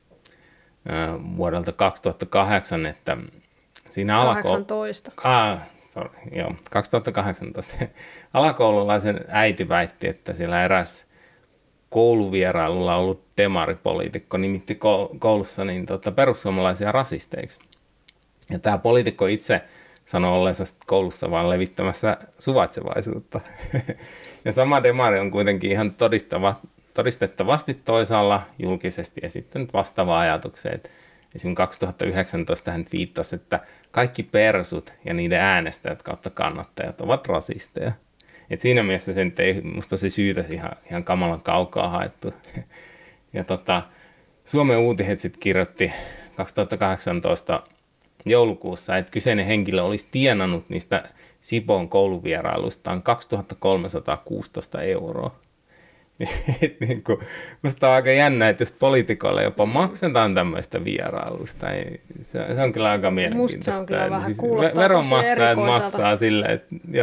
ää, vuodelta kaksituhattakahdeksan, että siinä alako... kahdeksantoista. Ah, sorry, joo, kaksituhattakahdeksantoista. Alakoululaisen äiti väitti, että siellä eräs kouluvierailulla ollut demaripoliitikko nimitti koulussa niin, tota, perussuomalaisia rasisteiksi. Ja tämä poliitikko itse sanoi olleensa koulussa vaan levittämässä suvaitsevaisuutta. Ja sama demari on kuitenkin ihan todistava, todistettavasti toisaalla julkisesti esittänyt vastaavaa ajatukseen. Esimerkiksi kaksituhattayhdeksäntoista hän viittasi, että kaikki persut ja niiden äänestäjät kautta kannattajat ovat rasisteja. Et siinä mielessä se nyt ei musta se syytä ihan, ihan kamalan kaukaa haettu. Ja tota, Suomen Uutiset sitten kirjoitti kaksituhattakahdeksantoista joulukuussa, että kyseinen henkilö olisi tienannut niistä Sipoon kouluvierailustaan kaksituhattakolmesataakuusitoista euroa. niin kuin, musta on aika jännä, että jos poliitikoille jopa maksetaan tämmöistä vierailusta, niin se, se on kyllä aika mielenkiintoista. Musta se on kyllä vähän siis kuulostaa veronmaksajat maksaa sille, että joo.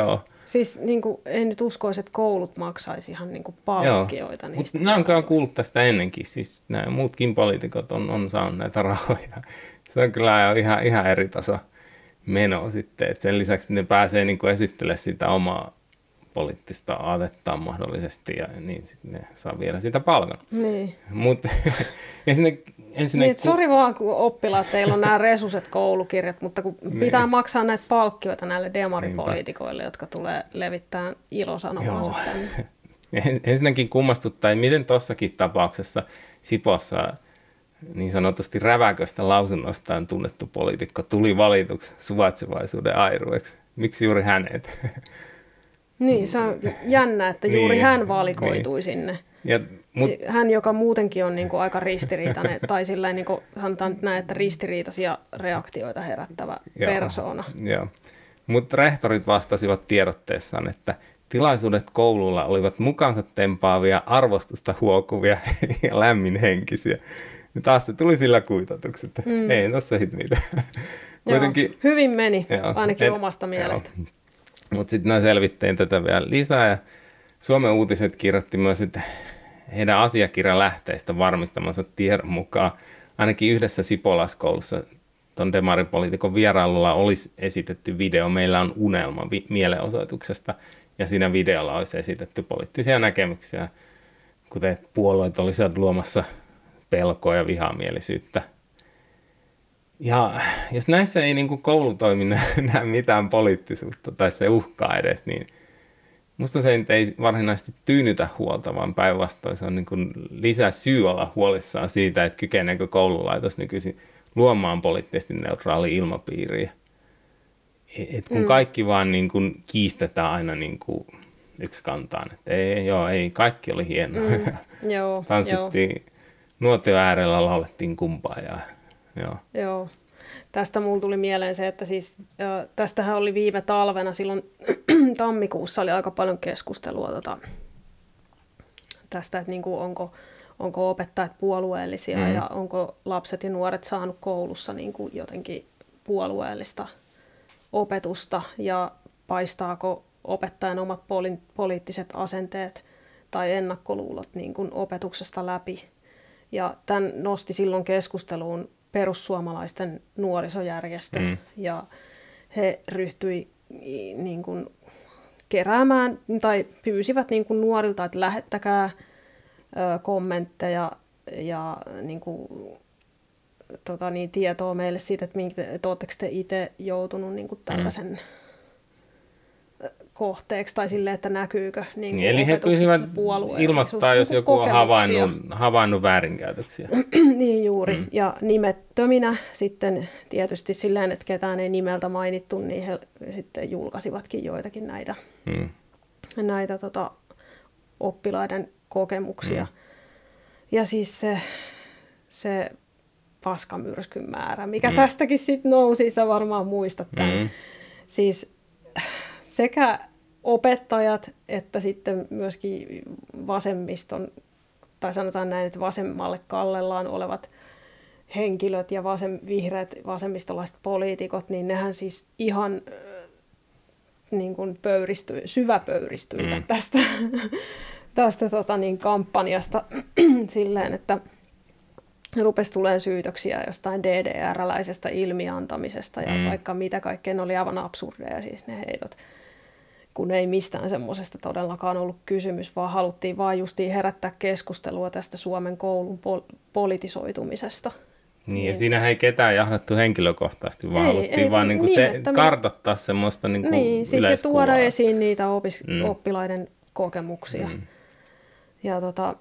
Siis niin kuin, en nyt uskoisi, että koulut maksaisi ihan niin kuin palkkioita Joo, niistä. Mutta nämä on kuullut tästä ennenkin. Siis nämä muutkin poliitikot on, on saanut näitä rahoja. Se on kyllä ihan, ihan eri taso meno sitten. Et sen lisäksi ne pääsee niin kuin esittelemään sitä omaa poliittista aatettaan mahdollisesti, ja niin sitten ne saa vielä sitä palkan. Niin. Mutta ensinnäkin... Niin, että sori vaan, kun oppilaat, teillä on nämä resuset koulukirjat, mutta kun pitää niin. maksaa näitä palkkioita näille demaripoliitikoille, jotka tulee levittämään ilosanomansa tänne. Ensinnäkin kummastuttaa, miten tuossakin tapauksessa Sipossa niin sanotusti räväköstä lausunnostaan tunnettu poliitikko tuli valituksi suvaitsevaisuuden airueksi. Miksi juuri hänet? Niin, se on jännä, että juuri niin, hän valikoitui niin. sinne. Ja, mut... Hän, joka muutenkin on niin kuin aika ristiriitainen, tai silleen, niin kuin sanotaan näin, että ristiriitaisia reaktioita herättävä joo, persoona. Joo, mutta rehtorit vastasivat tiedotteessaan, että tilaisuudet koululla olivat mukansa tempaavia, arvostusta huokuvia ja lämminhenkisiä. Ja taas se tuli sillä kuitatuksi, että mm. ei tuossa hit mitään. Kuitenkin, hyvin meni, joo, ainakin en, omasta mielestä. Mutta sitten mä selvittein tätä vielä lisää, ja Suomen Uutiset kirjoitti myös, että heidän asiakirjalähteistä varmistamansa tiedon mukaan ainakin yhdessä sipolaiskoulussa tuon demaripoliitikon vierailulla olisi esitetty video Meillä on unelma vi- mielenosoituksesta, ja siinä videolla olisi esitetty poliittisia näkemyksiä, kuten puolueet olisivat luomassa pelkoa ja vihamielisyyttä. Ja jos näissä ei niin kuin koulutoiminnan näe mitään poliittisuutta tai se uhkaa edes, niin musta se ei varsinaisesti tyynytä huolta, vaan päinvastoin se on niin kuin lisää syy olla huolissaan siitä, että kykeneekö koululaitos nykyisin luomaan poliittisesti neutraali ilmapiiriä. Et kun mm. kaikki vaan niin kuin kiistetään aina niin kuin yksi kantaan, että ei, joo, ei, kaikki oli hienoa. Mm. Joo, tanssittiin joo. Nuotio äärellä, laulettiin kumpaa. Ja, joo. joo. Tästä mulla tuli mieleen se, että siis, äh, tästähän oli viime talvena, silloin tammikuussa oli aika paljon keskustelua tota, tästä, että niinku onko, onko opettajat puolueellisia mm. ja onko lapset ja nuoret saanut koulussa niinku jotenkin puolueellista opetusta ja paistaako opettajan omat poli- poliittiset asenteet tai ennakkoluulot niinku opetuksesta läpi. Ja tämän nosti silloin keskusteluun perussuomalaisten nuorisojärjestö, mm. ja he ryhtyi niin kuin keräämään tai pyysivät niin kuin nuorilta, että lähettäkää ö, kommentteja ja niin kuin, tota, niin, tietoa meille siitä, että, minkä, että oletteko te itse joutunut niin kuin tällaisen mm. kohteeksi tai silleen, että näkyykö niin kuin eli he pyysivät ilmoittaa, jos joku on havainnut, havainnut väärinkäytöksiä. Niin juuri. Mm. Ja nimettöminä sitten tietysti silleen, että ketään ei nimeltä mainittu, niin he sitten julkaisivatkin joitakin näitä, mm. näitä tota, oppilaiden kokemuksia. Mm. Ja siis se, se paskamyrskyn määrä, mikä mm. tästäkin sitten nousi, sä varmaan muistat tämän. Mm. Siis sekä opettajat että sitten myöskin vasemmiston, tai sanotaan näin, että vasemmalle kallellaan olevat henkilöt ja vasem, vihreät vasemmistolaiset poliitikot, niin nehän siis ihan äh, niin kuin pöyristyi, syväpöyristyivät mm. tästä, tästä tota niin, kampanjasta silleen, että rupesi tulemaan syytöksiä jostain D D R-läisestä ilmiantamisesta ja mm. vaikka mitä kaikkea, ne oli aivan absurdeja siis ne heitot, kun ei mistään semmoisesta todellakaan ollut kysymys, vaan haluttiin vaan justiin herättää keskustelua tästä Suomen koulun pol- politisoitumisesta. Niin, niin, ja siinähän ei ketään jahdattu henkilökohtaisesti, vaan ei, haluttiin ei, vaan niin kuin se, kartoittaa semmoista niin kuin niin, siis ja tuoda esiin niitä opis- mm. oppilaiden kokemuksia. Mm. Ja, tota,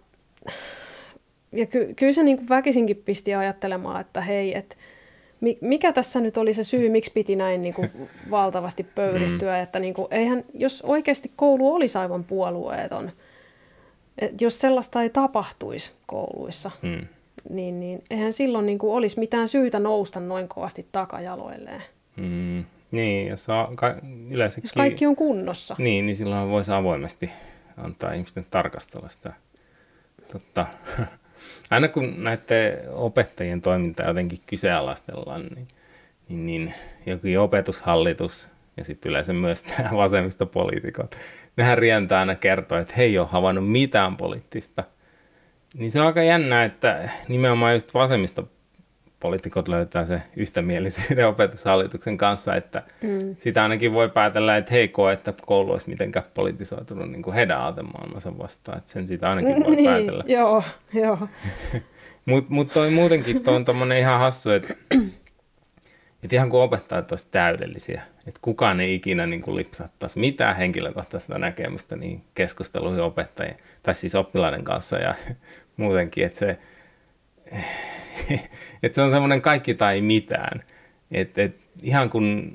ja ky- kyllä se niin kuin väkisinkin pisti ajattelemaan, että hei, että mikä tässä nyt oli se syy, miksi piti näin niin kuin valtavasti pöyristyä, mm. että niin kuin, eihän, jos oikeasti koulu olisi aivan puolueeton, jos sellaista ei tapahtuisi kouluissa, mm. niin, niin eihän silloin niin kuin olisi mitään syytä nousta noin kovasti takajaloilleen. Mm. Niin, jos, on, ka- yleensäkin, jos kaikki on kunnossa. Niin, niin silloin voisi avoimesti antaa ihmisten tarkastella sitä. Totta. Aina kun näiden opettajien toimintaa jotenkin kyseenalaistellaan, niin, niin, niin jokin opetushallitus ja sitten yleensä myös nämä vasemmistopoliitikot, nehän rientää aina kertoa, että he ei ole havainnut mitään poliittista. Niin se on aika jännä, että nimenomaan just vasemmistopoliitikot löytää se yhtämielisyyden opetushallituksen kanssa, että mm. sitä ainakin voi päätellä, että he ei koe, että koulu olisi mitenkään politisoitunut niin kuin heidän aatemaailmansa vastaan, että sen sitä ainakin voi niin, päätellä. Joo, joo. Mutta mut toi muutenkin toi on tommonen ihan hassu, että et ihan kuin opettajat olisi täydellisiä, että kukaan ei ikinä niin kuin lipsattaisi mitään henkilökohtaista näkemystä niin keskusteluihin opettajien, tai siis oppilaiden kanssa ja muutenkin, että se, et se on semmoinen kaikki tai mitään, että et ihan kun,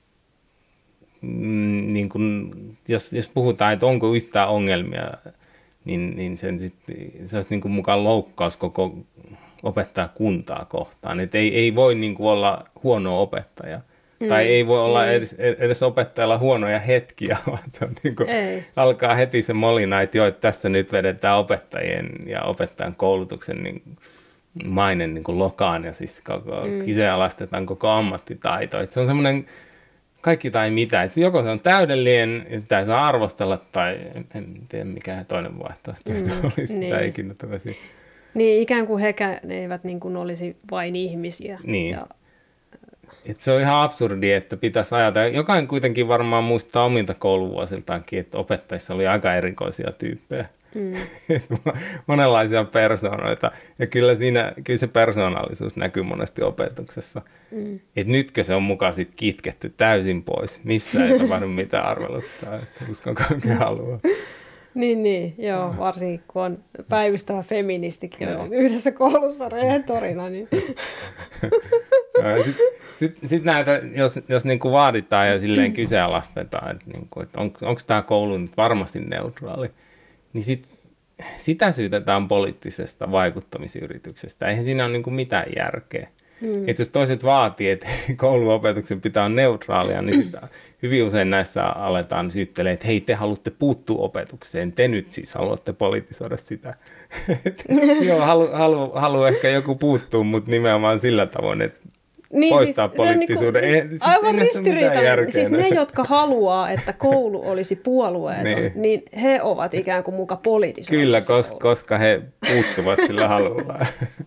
mm, niin kun jos, jos puhutaan, että onko yhtään ongelmia, niin, niin sen sit, se olisi niin kuin mukaan loukkaus koko opettajakuntaa kohtaan. Et ei, ei voi niin kuin olla huono opettaja. Mm. Tai ei voi olla mm. edes, edes opettajalla huonoja hetkiä, vaan se on niin kuin, alkaa heti se molina, että joo, että tässä nyt vedetään opettajien ja opettajan koulutuksen niin maine niin kuin lokaan ja siis koko, mm. kyseenalaistetaan koko ammattitaito. Et se on semmoinen kaikki tai mitä. Et joko se on täydellinen ja sitä ei saa arvostella tai en, en tiedä mikä toinen vaihtoehto mm. olisi. Niin. Sitä ikinä tosi. Niin, ikään kuin hekään eivät niin kuin olisi vain ihmisiä. Niin. Ja Et se on ihan absurdi, että pitäisi ajatella. Jokainen kuitenkin varmaan muistaa omilta kouluvuosiltaankin, että opettajissa oli aika erikoisia tyyppejä. Mm. Monenlaisia persoonoita. Ja kyllä, siinä, kyllä se persoonallisuus näkyy monesti opetuksessa. Mm. Et nytkö se on mukaan sit kitketty täysin pois. Missä ei tapahdu mitään arveluttaa, että uskonko oikein haluaa. Niin, niin, joo, varsinkin kun on päivystävä feministikin yhdessä koulussa rehtorina. Niin. Sitten sit, sit näitä, jos, jos niinku vaaditaan ja silleen kyseenalaistetaan, että niinku, et on, onko tämä koulu nyt varmasti neutraali, niin sit, sitä syytetään poliittisesta vaikuttamisyrityksestä. Eihän siinä ole niinku mitään järkeä. Mm. Että jos toiset vaatii, että kouluopetuksen pitää olla neutraalia, niin sitä hyvin usein näissä aletaan syyttelemään, että hei, te haluatte puuttua opetukseen, te nyt siis haluatte politisoida sitä. Joo, halu, halu, halu ehkä joku puuttuu, mutta nimenomaan sillä tavoin, että niin, poistaa siis, poliittisuuden. Niin siis, aivan ristiriitainen. Siis ne, jotka haluaa, että koulu olisi puolueeton, niin. niin he ovat ikään kuin muka politisoimassa. Kyllä, koska, koska he puuttuvat sillä haluaa.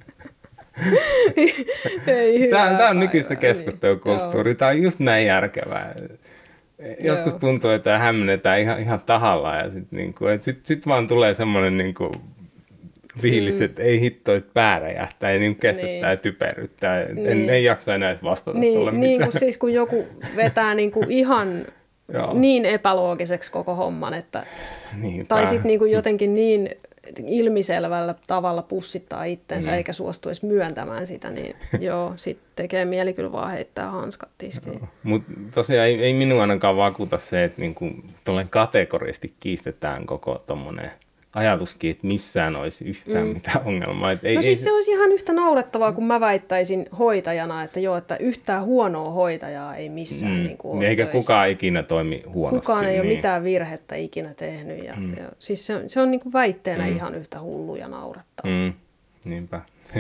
Tämä, tämä on nykyistä keskustelukulttuuria. Tämä on just näin järkevää. Joskus Joo. tuntuu, että hämmennetään ihan, ihan tahalla ja sitten niinku, sit, sit vaan tulee semmoinen niinku fiilis, mm. että ei hitto, että pää räjähtää ja niinku kestetään niin. ja typeryttää. Niin. En, en jaksa enää edes vastata niin, tuolle niin mitään. Kuin siis kun joku vetää niinku ihan niin epäloogiseksi koko homman, että Niinpä. tai sitten niinku jotenkin niin ilmiselvällä tavalla pussittaa itsensä mm. eikä suostu edes myöntämään sitä, niin joo, sitten tekee mieli kyllä vaan heittää hanskat tiskiin. Mutta tosiaan ei, ei minun ainakaan vakuuta se, että niinku kategorisesti kiistetään koko tommonen ajatuskin, että missään olisi yhtään mm. mitään ongelmaa. Et ei, no siis ei... se olisi ihan yhtä naurettavaa, kun mä väittäisin hoitajana, että joo, että yhtään huonoa hoitajaa ei missään mm. niin kuin eikä töissä. Kukaan ikinä toimi huonosti. Kukaan ei niin. ole mitään virhettä ikinä tehnyt. Ja, mm. ja, siis se on, se on niin kuin väitteenä mm. ihan yhtä hullu ja naurettava. Mm. Niinpä.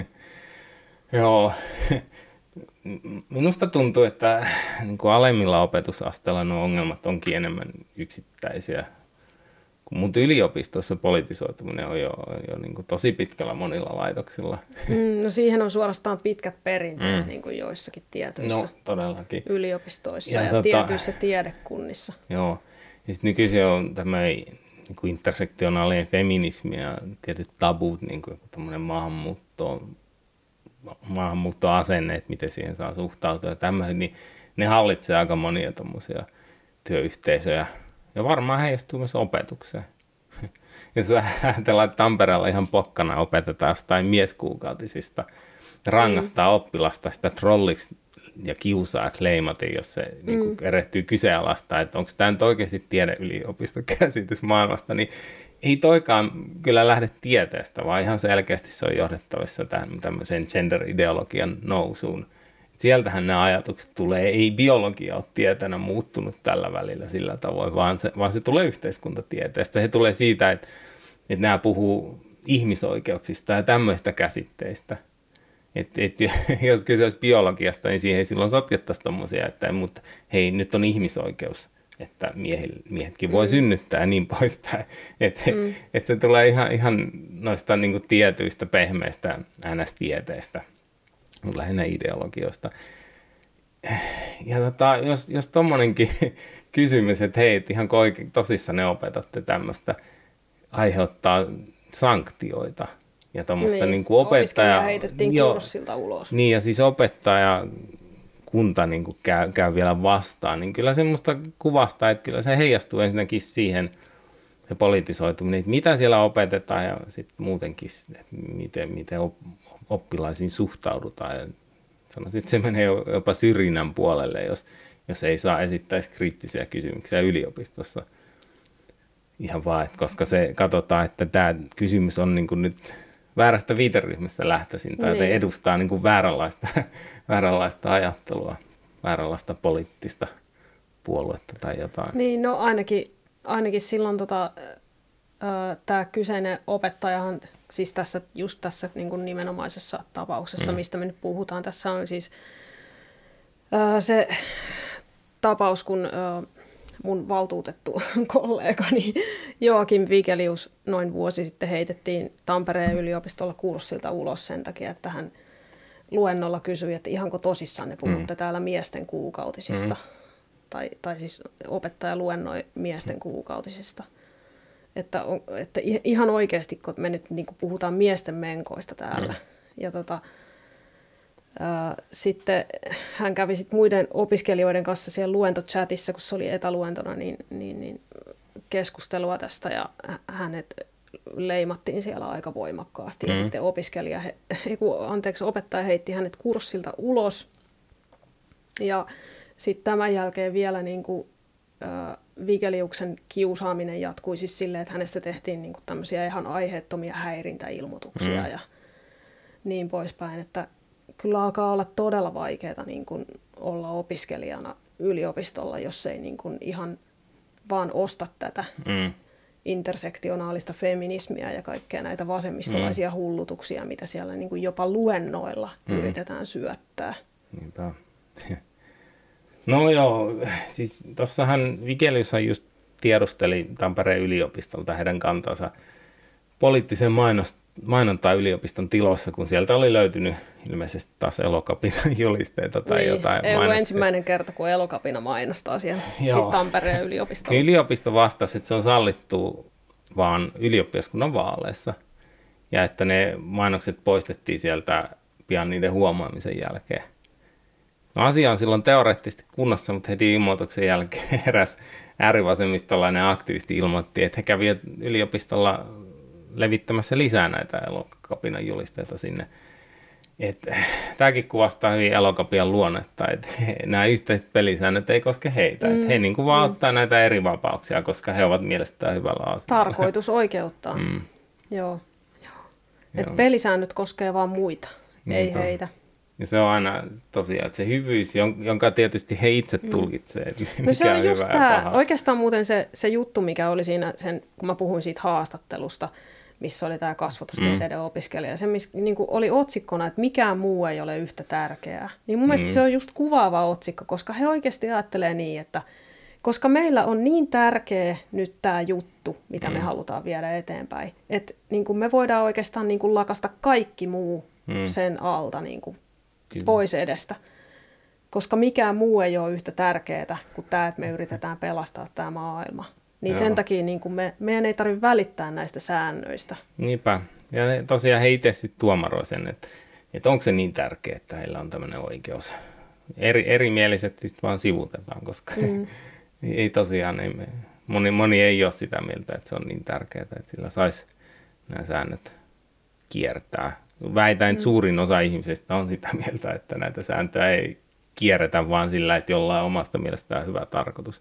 Joo. Minusta tuntuu, että niin kuin alemmilla opetusasteilla nuo ongelmat onkin enemmän yksittäisiä. Mutta yliopistossa politisoituminen on jo, jo niin kuin tosi pitkällä monilla laitoksilla. Mm, no siihen on suorastaan pitkät perinteet mm. niin kuin joissakin tietyissä no, todellakin. yliopistoissa ja, ja, ja tota, tietyissä tiedekunnissa. Joo, ja sitten nykyisin on tämä niin kuin intersektionaalinen feminismi ja tietyt tabut, niin kuin tämmöinen maahanmuutto, maahanmuuttoasenne, että miten siihen saa suhtautua ja tämmöiset, niin ne hallitsee aika monia tommosia työyhteisöjä. Ja varmaan heijastuu myös opetukseen. Jos ajatellaan, että Tampereella ihan pokkana opetetaan jostain mieskuukautisista, rangaistaa mm. oppilasta sitä trolliksi ja kiusaajaksi leimaten, jos se mm. niin kuin erehtyy kyseenalaistaa, että onko tämä nyt oikeasti tiedeyliopistokäsitys maailmasta, niin ei toikaan kyllä lähde tieteestä, vaan ihan selkeästi se on johdettavissa tähän tämmöiseen gender-ideologian nousuun. Sieltähän nämä ajatukset tulee, ei biologia ole tieteenä muuttunut tällä välillä sillä tavoin, vaan se, vaan se tulee yhteiskuntatieteestä. Se tulee siitä, että, että nämä puhuu ihmisoikeuksista ja tämmöistä käsitteistä. Et, et, jos kyse olisi biologiasta, niin siihen ei silloin sotkettaisi tommosia, että mutta hei, nyt on ihmisoikeus, että miehil, miehetkin voi mm. synnyttää ja niin poispäin. Että mm. et se tulee ihan, ihan noista niin kuin tietyistä pehmeistä N S-tieteistä, lähinnä ideologioista. Ja tota, jos, jos tommonenkin kysymys, että hei, et ihan oikein tosissaan ne opetatte tämmöistä, aiheuttaa sanktioita. Ja tuommoista niin, niin kuin opettaja... heitettiin jo, kurssilta ulos. Niin, ja siis opettaja kunta niin kuin käy, käy vielä vastaan, niin kyllä semmoista kuvastaa, että kyllä se heijastuu ensinnäkin siihen, se politisoituminen, että mitä siellä opetetaan ja sitten muutenkin, että miten, miten oppilaisiin suhtaudutaan. Ja sanoisin, että se menee jopa syrjinnän puolelle, jos, jos ei saa esittää kriittisiä kysymyksiä yliopistossa. Ihan vaan, että koska se katsotaan, että tämä kysymys on niin kuin nyt väärästä viiteryhmästä lähtöisin tai niin. edustaa niin kuin vääränlaista, vääränlaista ajattelua, vääränlaista poliittista puoluetta tai jotain. Niin, no ainakin, ainakin silloin tota, tämä kyseinen opettajahan, siis tässä, just tässä niin kuin nimenomaisessa tapauksessa, mm. mistä me nyt puhutaan, tässä on siis ää, se tapaus, kun ää, mun valtuutettu kollegani Joakim Vigelius noin vuosi sitten heitettiin Tampereen yliopistolla kurssilta ulos sen takia, että hän luennolla kysyi, että ihanko tosissaan ne puhutte mm. täällä miesten kuukautisista. Mm. Tai, tai siis opettaja luennoi miesten kuukautisista. Että, on, että ihan oikeasti, kun me nyt niin kuin puhutaan miesten menkoista täällä. Mm. Ja tota, ää, sitten hän kävi sit muiden opiskelijoiden kanssa siellä luentochatissa, kun se oli etäluentona, niin, niin, niin keskustelua tästä ja hänet leimattiin siellä aika voimakkaasti. Mm. Ja sitten opiskelija, he, anteeksi, opettaja heitti hänet kurssilta ulos. Ja sitten tämän jälkeen vielä niin kuin, äh, Vigeliuksen kiusaaminen jatkui siis silleen, että hänestä tehtiin niin kuin tämmöisiä ihan aiheettomia häirintäilmoituksia mm. ja niin poispäin. Että kyllä alkaa olla todella vaikeaa niin kuin olla opiskelijana yliopistolla, jos ei niin kuin ihan vaan osta tätä mm. intersektionaalista feminismiä ja kaikkea näitä vasemmistolaisia mm. hullutuksia, mitä siellä niin kuin jopa luennoilla mm. yritetään syöttää. Niinpä. No joo, siis tuossahan Vigeliushan just tiedusteli Tampereen yliopistolta heidän kantansa poliittisen mainos, mainontaa yliopiston tilossa, kun sieltä oli löytynyt ilmeisesti taas Elokapinan julisteita tai niin, jotain. Ei ollut ensimmäinen kerta, kun Elokapina mainostaa siellä, joo. Siis Tampereen yliopistolla. Yliopisto vastasi, että se on sallittu vaan ylioppilaskunnan vaaleissa ja että ne mainokset poistettiin sieltä pian niiden huomaamisen jälkeen. No asia on silloin teoreettisesti kunnossa, mutta heti ilmoituksen jälkeen eräs äärivasemmistolainen aktivisti ilmoitti, että he kävivät yliopistolla levittämässä lisää näitä Elokapinan julisteita sinne. Tämäkin kuvastaa hyvin Elokapian luonnetta, että he, nämä yhteiset pelisäännöt ei koske heitä. Mm. Että he niin kuin vaan mm. ottaa näitä eri vapauksia, koska he ovat mielestään hyvällä asialla. Tarkoitus oikeuttaa. Mm. Joo. Joo. Pelisäännöt koskee vaan muita, Niinpä. Ei heitä. Ja se on aina tosiaan että se hyvyys, jonka tietysti he itse tulkitsee. Mm. No se on, on just tämä, oikeastaan muuten se, se juttu, mikä oli siinä, sen, kun mä puhuin siitä haastattelusta, missä oli tämä kasvatustieteiden mm. opiskelija. Se miss, niin kuin oli otsikkona, että mikään muu ei ole yhtä tärkeää. Niin mun mm. mielestä se on just kuvaava otsikko, koska he oikeasti ajattelee niin, että koska meillä on niin tärkeä nyt tämä juttu, mitä mm. me halutaan viedä eteenpäin, että niin kuin me voidaan oikeastaan niin kuin lakasta kaikki muu mm. sen alta niin kuin pois edestä. Koska mikään muu ei ole yhtä tärkeää kuin tämä, että me yritetään pelastaa tämä maailma. Niin Joo. sen takia niin kuin me, meidän ei tarvitse välittää näistä säännöistä. Niinpä. Ja tosiaan he itse sitten tuomaroi sen, että, että onko se niin tärkeää, että heillä on tämmöinen oikeus. Eri, erimieliset sitten vaan sivutetaan, koska mm. ei tosiaan, ei me, moni, moni ei ole sitä mieltä, että se on niin tärkeää, että sillä saisi nämä säännöt kiertää. Väitän, että mm. suurin osa ihmisistä on sitä mieltä, että näitä sääntöjä ei kierretä vaan sillä, että jollain omasta mielestään hyvä tarkoitus.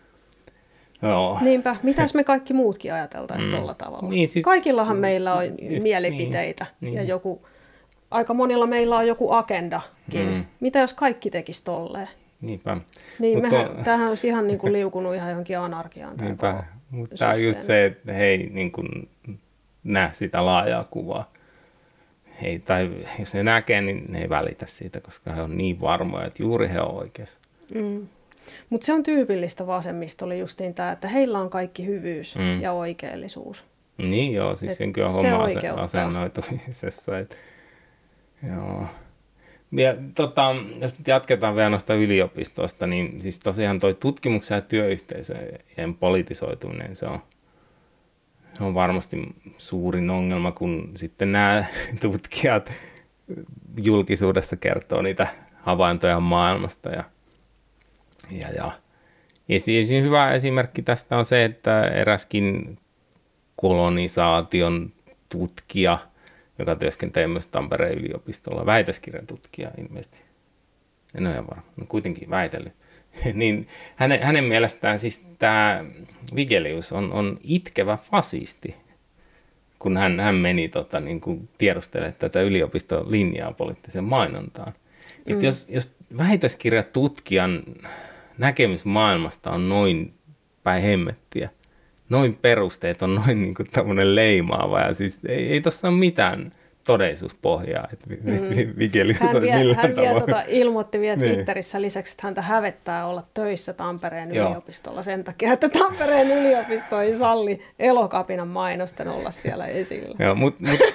Joo. Niinpä. Mitäs me kaikki muutkin ajateltaisiin mm. tuolla tavalla? Niin, siis, Kaikillahan mm, meillä on just, mielipiteitä niin, ja niin. joku, aika monilla meillä on joku agendakin. Mm. Mitä jos kaikki tekisi tolleen? Niinpä. Niin, Mut mehän, on... tämähän olisi ihan niin kuin liukunut ihan johonkin anarkiaan. Niinpä. Mutta tämä on just se, että he ei niin kuin näe sitä laajaa kuvaa. ei, tai jos ne näkee, niin ne ei välitä siitä, koska he on niin varmoja, että juuri he on oikeassa. Mm. Mutta se on tyypillistä vasemmistolle justiin tämä, että heillä on kaikki hyvyys mm. ja oikeellisuus. Niin joo, siis Et senkin on homma asennoitumisessa. Et, joo. Ja tota, jos nyt jatketaan vielä noista yliopistoista, niin siis tosiaan toi tutkimuksen ja työyhteisöjen politisoituminen, se on, se on varmasti suurin ongelma, kun sitten nämä tutkijat julkisuudessa kertoo niitä havaintoja maailmasta. Ja, ja, ja. Esi- hyvä esimerkki tästä on se, että eräskin kolonisaation tutkija, joka työskentelee myös Tampereen yliopistolla, väitöskirjatutkija ilmeisesti, en ole ihan varma, no kuitenkin väitellyt, niin hänen, hänen mielestään siis tämä Wigelius on, on itkevä fasisti, kun hän, hän meni tota, niin kuin tiedustelemaan tätä yliopiston linjaa poliittiseen mainontaan. Mm. Että jos, jos väitöskirjatutkijan näkemys maailmasta on noin päin hemmettiä, noin perusteet on noin niin kuin tämmöinen leimaava, ja siis ei, ei tuossa ole mitään todellisuuspohjaa, että mm. Wigelius hän vie, millään hän tavalla. Vie, tota, ilmoitti vielä niin. Twitterissä lisäksi, että häntä hävettää olla töissä Tampereen Joo. yliopistolla sen takia, että Tampereen yliopisto ei salli Elokapinan mainosten olla siellä esillä. Joo, mutta mut,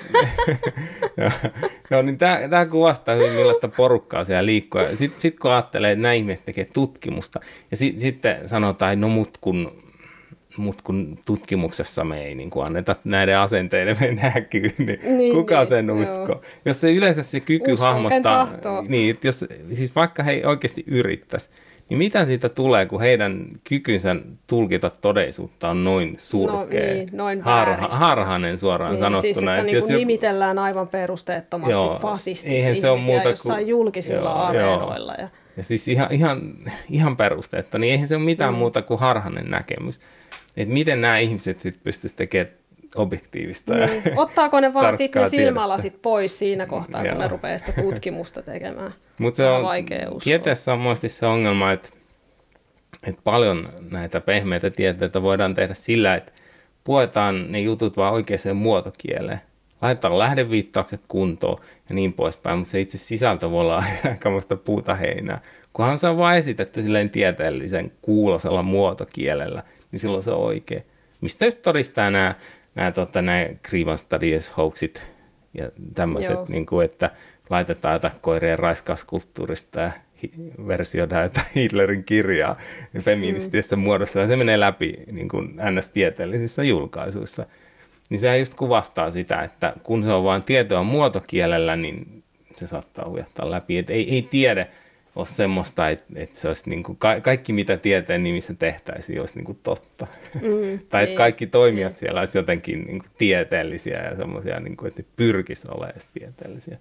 niin tämä kuvastaa hyvin, millaista porukkaa siellä liikkuu. Sitten sit kun ajattelee, että nämä ihmiset tekee tutkimusta, ja sit, sitten sanotaan, no mut kun Mutta kun tutkimuksessa me ei niin kuin anneta näiden asenteiden mennä näkyy, niin, niin kuka niin, sen uskoo? Joo. Jos se yleensä se kyky Uskon, hahmottaa, niin jos, siis vaikka he oikeasti yrittäisi, niin mitä siitä tulee, kun heidän kykynsä tulkita todellisuutta on noin surkea, no, niin, noin harha, harhainen suoraan niin, sanottuna. Siis, että että niin jos nimitellään aivan perusteettomasti joo, fasistiksi ihmisiä jossain kuin, julkisilla joo, areenoilla. Ja, ja siis ihan, ihan, ihan perusteetta, niin eihän se ole mitään mm. muuta kuin harhainen näkemys. Että miten nämä ihmiset sitten pystyisivät tekemään objektiivista niin. ja ottaako ne vaan sitten ne silmälasit pois siinä kohtaa, kun ne rupeaa sitä tutkimusta tekemään? Mutta se on, tieteessä on muasti se ongelma, että, että paljon näitä pehmeitä tieteitä voidaan tehdä sillä, että puetaan ne jutut vaan oikeaan muotokieleen. Laitetaan lähdeviittaukset kuntoon ja niin poispäin, mutta se itse sisältö voi olla aikamoista puuta heinää. Kunhan se on vaan esitetty silleen tieteellisen kuulosella muotokielellä, niin silloin se on oikein. Mistä just todistaa nämä, nämä, tota, nämä Grievan Studies hoaxit ja tämmöiset, niin kuin, että laitetaan jotain koirien raiskauskulttuurista ja versioidaan jotain Hitlerin kirjaa feministisessä mm. muodossa, ja se menee läpi niin kuin N S-tieteellisissä julkaisuissa. Niin sehän just kuvastaa sitä, että kun se on vain tietoa muotokielellä, niin se saattaa hujahtaa läpi. Et ei, ei tiede ole semmoista, että, että se olisi niin kuin ka- kaikki, mitä tieteen nimissä tehtäisiin, olisi niin kuin totta. Mm, tai että kaikki toimijat siellä olisi jotenkin niin kuin tieteellisiä ja semmoisia, niin kuin, että pyrkisi olemaan tieteellisiä.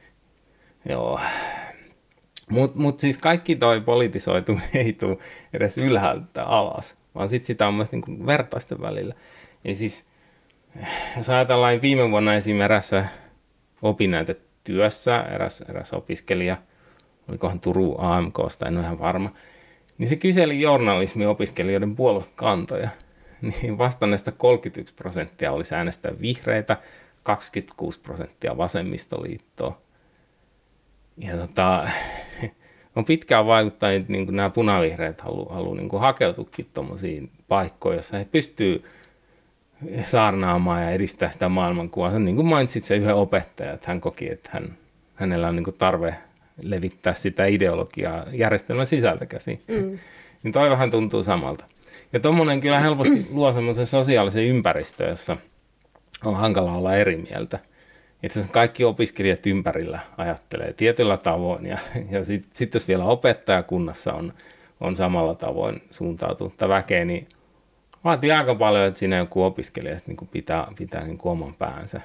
Joo. Mutta mut siis kaikki toi politisoituminen ei tule edes ylhäältä alas, vaan sitten sitä on myös niin kuin vertaisten välillä. Ja siis, jos ajatellaan viime vuonna esim. Erässä opinnäytetyössä, eräs, eräs opiskelija, olikohan Turun A M K:sta, en ole ihan varma, niin se kyseli journalismiopiskelijoiden puoluekantoja. Niin vastanneista kolmekymmentäyksi prosenttia olisi äänestää vihreitä, kaksikymmentäkuusi prosenttia vasemmistoliittoa. Ja tota, on pitkään vaikuttanut, niin kuin nämä punavihreät haluaa halu, niin hakeutuakin tuommoisiin paikkoihin, joissa he pystyvät saarnaamaan ja edistää sitä maailmankuvaa. Niin kuin mainitsit se yhden opettaja, että hän koki, että hän, hänellä on niin kuin tarve levittää sitä ideologiaa järjestelmän sisältä käsin. Mm. Niin toi vähän tuntuu samalta. Ja tuommoinen kyllä helposti luo semmoisen sosiaalisen ympäristön, jossa on hankala olla eri mieltä. Itse asiassa kaikki opiskelijat ympärillä ajattelee tietyllä tavoin, ja, ja sitten sit jos vielä opettajakunnassa on, on samalla tavoin suuntautunutta väkeä, niin vaatii aika paljon, että siinä joku opiskelija niin pitää, pitää niin oman päänsä.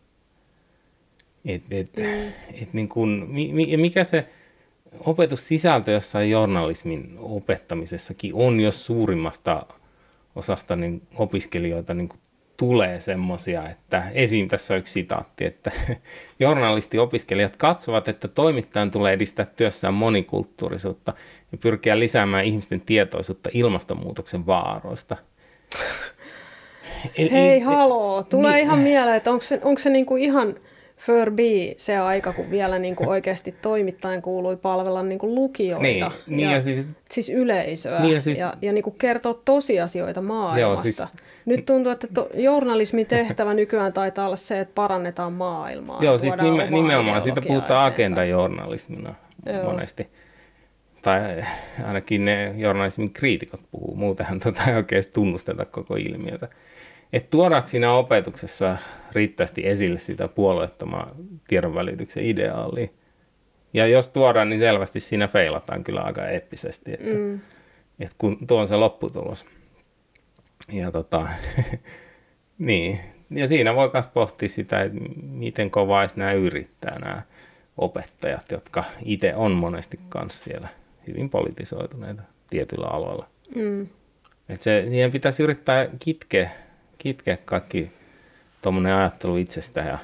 Et, et, mm. et niin kuin, mikä se opetussisältö jossain journalismin opettamisessakin on, jos suurimmasta osasta niin opiskelijoita niin tulee semmoisia, että esim. Tässä on yksi sitaatti, että journalistiopiskelijat katsovat, että toimittajan tulee edistää työssään monikulttuurisuutta ja pyrkiä lisäämään ihmisten tietoisuutta ilmastonmuutoksen vaaroista. Hei, haloo. Tulee niin, ihan mieleen, että onko se, onko se niinku ihan Furby, se aika, kun vielä niin kuin oikeasti toimittajan kuului palvella niin kuin lukijoita niin, niin ja, ja siis, siis yleisöä niin ja, siis, ja, ja niin kuin kertoa tosiasioita maailmasta. Joo, siis, nyt tuntuu, että to, journalismin tehtävä nykyään taitaa olla se, että parannetaan maailmaa. Joo, siis nime, nimenomaan siitä puhutaan agendajournalismina monesti. Tai ainakin ne journalismin kriitikot puhuu, muutenhan tota ei oikein tunnusteta koko ilmiötä. Että tuodaanko siinä opetuksessa riittävästi esille sitä puolueettomaa tiedonvälityksen ideaalia. Ja jos tuodaan, niin selvästi siinä feilataan kyllä aika eeppisesti, että, mm. että kun tuo on se lopputulos. Ja, tota, niin. ja siinä voi myös pohtia sitä, että miten kovaa nämä yrittää nämä opettajat, jotka itse on monesti kanssa siellä hyvin politisoituneita tietyillä aloilla. Mm. Että se, siihen pitäisi yrittää kitkeä, kitkeä kaikki tuommoinen ajattelu itsestä. Ja,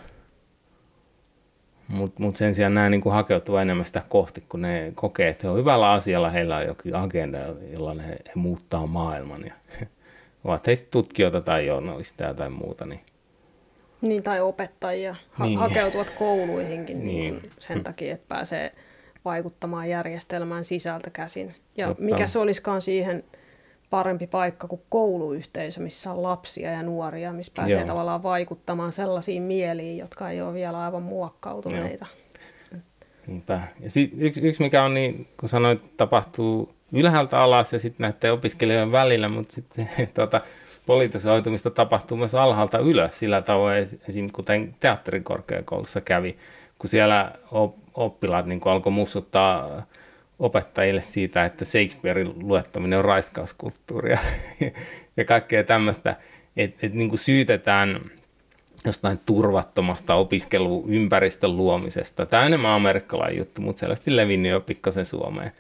mutta mut sen sijaan nämä niin kuin hakeutuvat enemmän sitä kohti, kun ne kokee, että he on hyvällä asialla, heillä on jokin agenda, jolla he, he muuttaa maailman. Ja, ovat heistä tutkijoita tai journalisteja tai muuta. Niin, niin tai opettajia. Ha- niin. Hakeutuvat kouluihinkin niin. Niin sen takia, että pääsee vaikuttamaan järjestelmään sisältä käsin. Ja Totta. mikä se olisikaan siihen parempi paikka kuin kouluyhteisö, missä on lapsia ja nuoria, missä pääsee Joo. tavallaan vaikuttamaan sellaisiin mieliin, jotka ei ole vielä aivan muokkautuneita. Joo. Niinpä. Ja sit yksi, yksi mikä on, niin, kun sanoit, tapahtuu ylhäältä alas ja sitten näiden opiskelijoiden välillä, mutta sitten tuota, politisoitumista tapahtuu myös alhaalta ylös sillä tavoin, esimerkiksi kuten teatterikorkeakoulussa kävi, kun siellä oppilaat niin alkoi mussuttaa opettajille siitä, että Shakespearein luettaminen on raiskauskulttuuria ja kaikkea tämmöistä, että et, niin syytetään jostain turvattomasta opiskeluympäristön luomisesta. Tämä on enemmän amerikkalainen juttu, mutta selvästi levinnyt jo pikkasen Suomeen.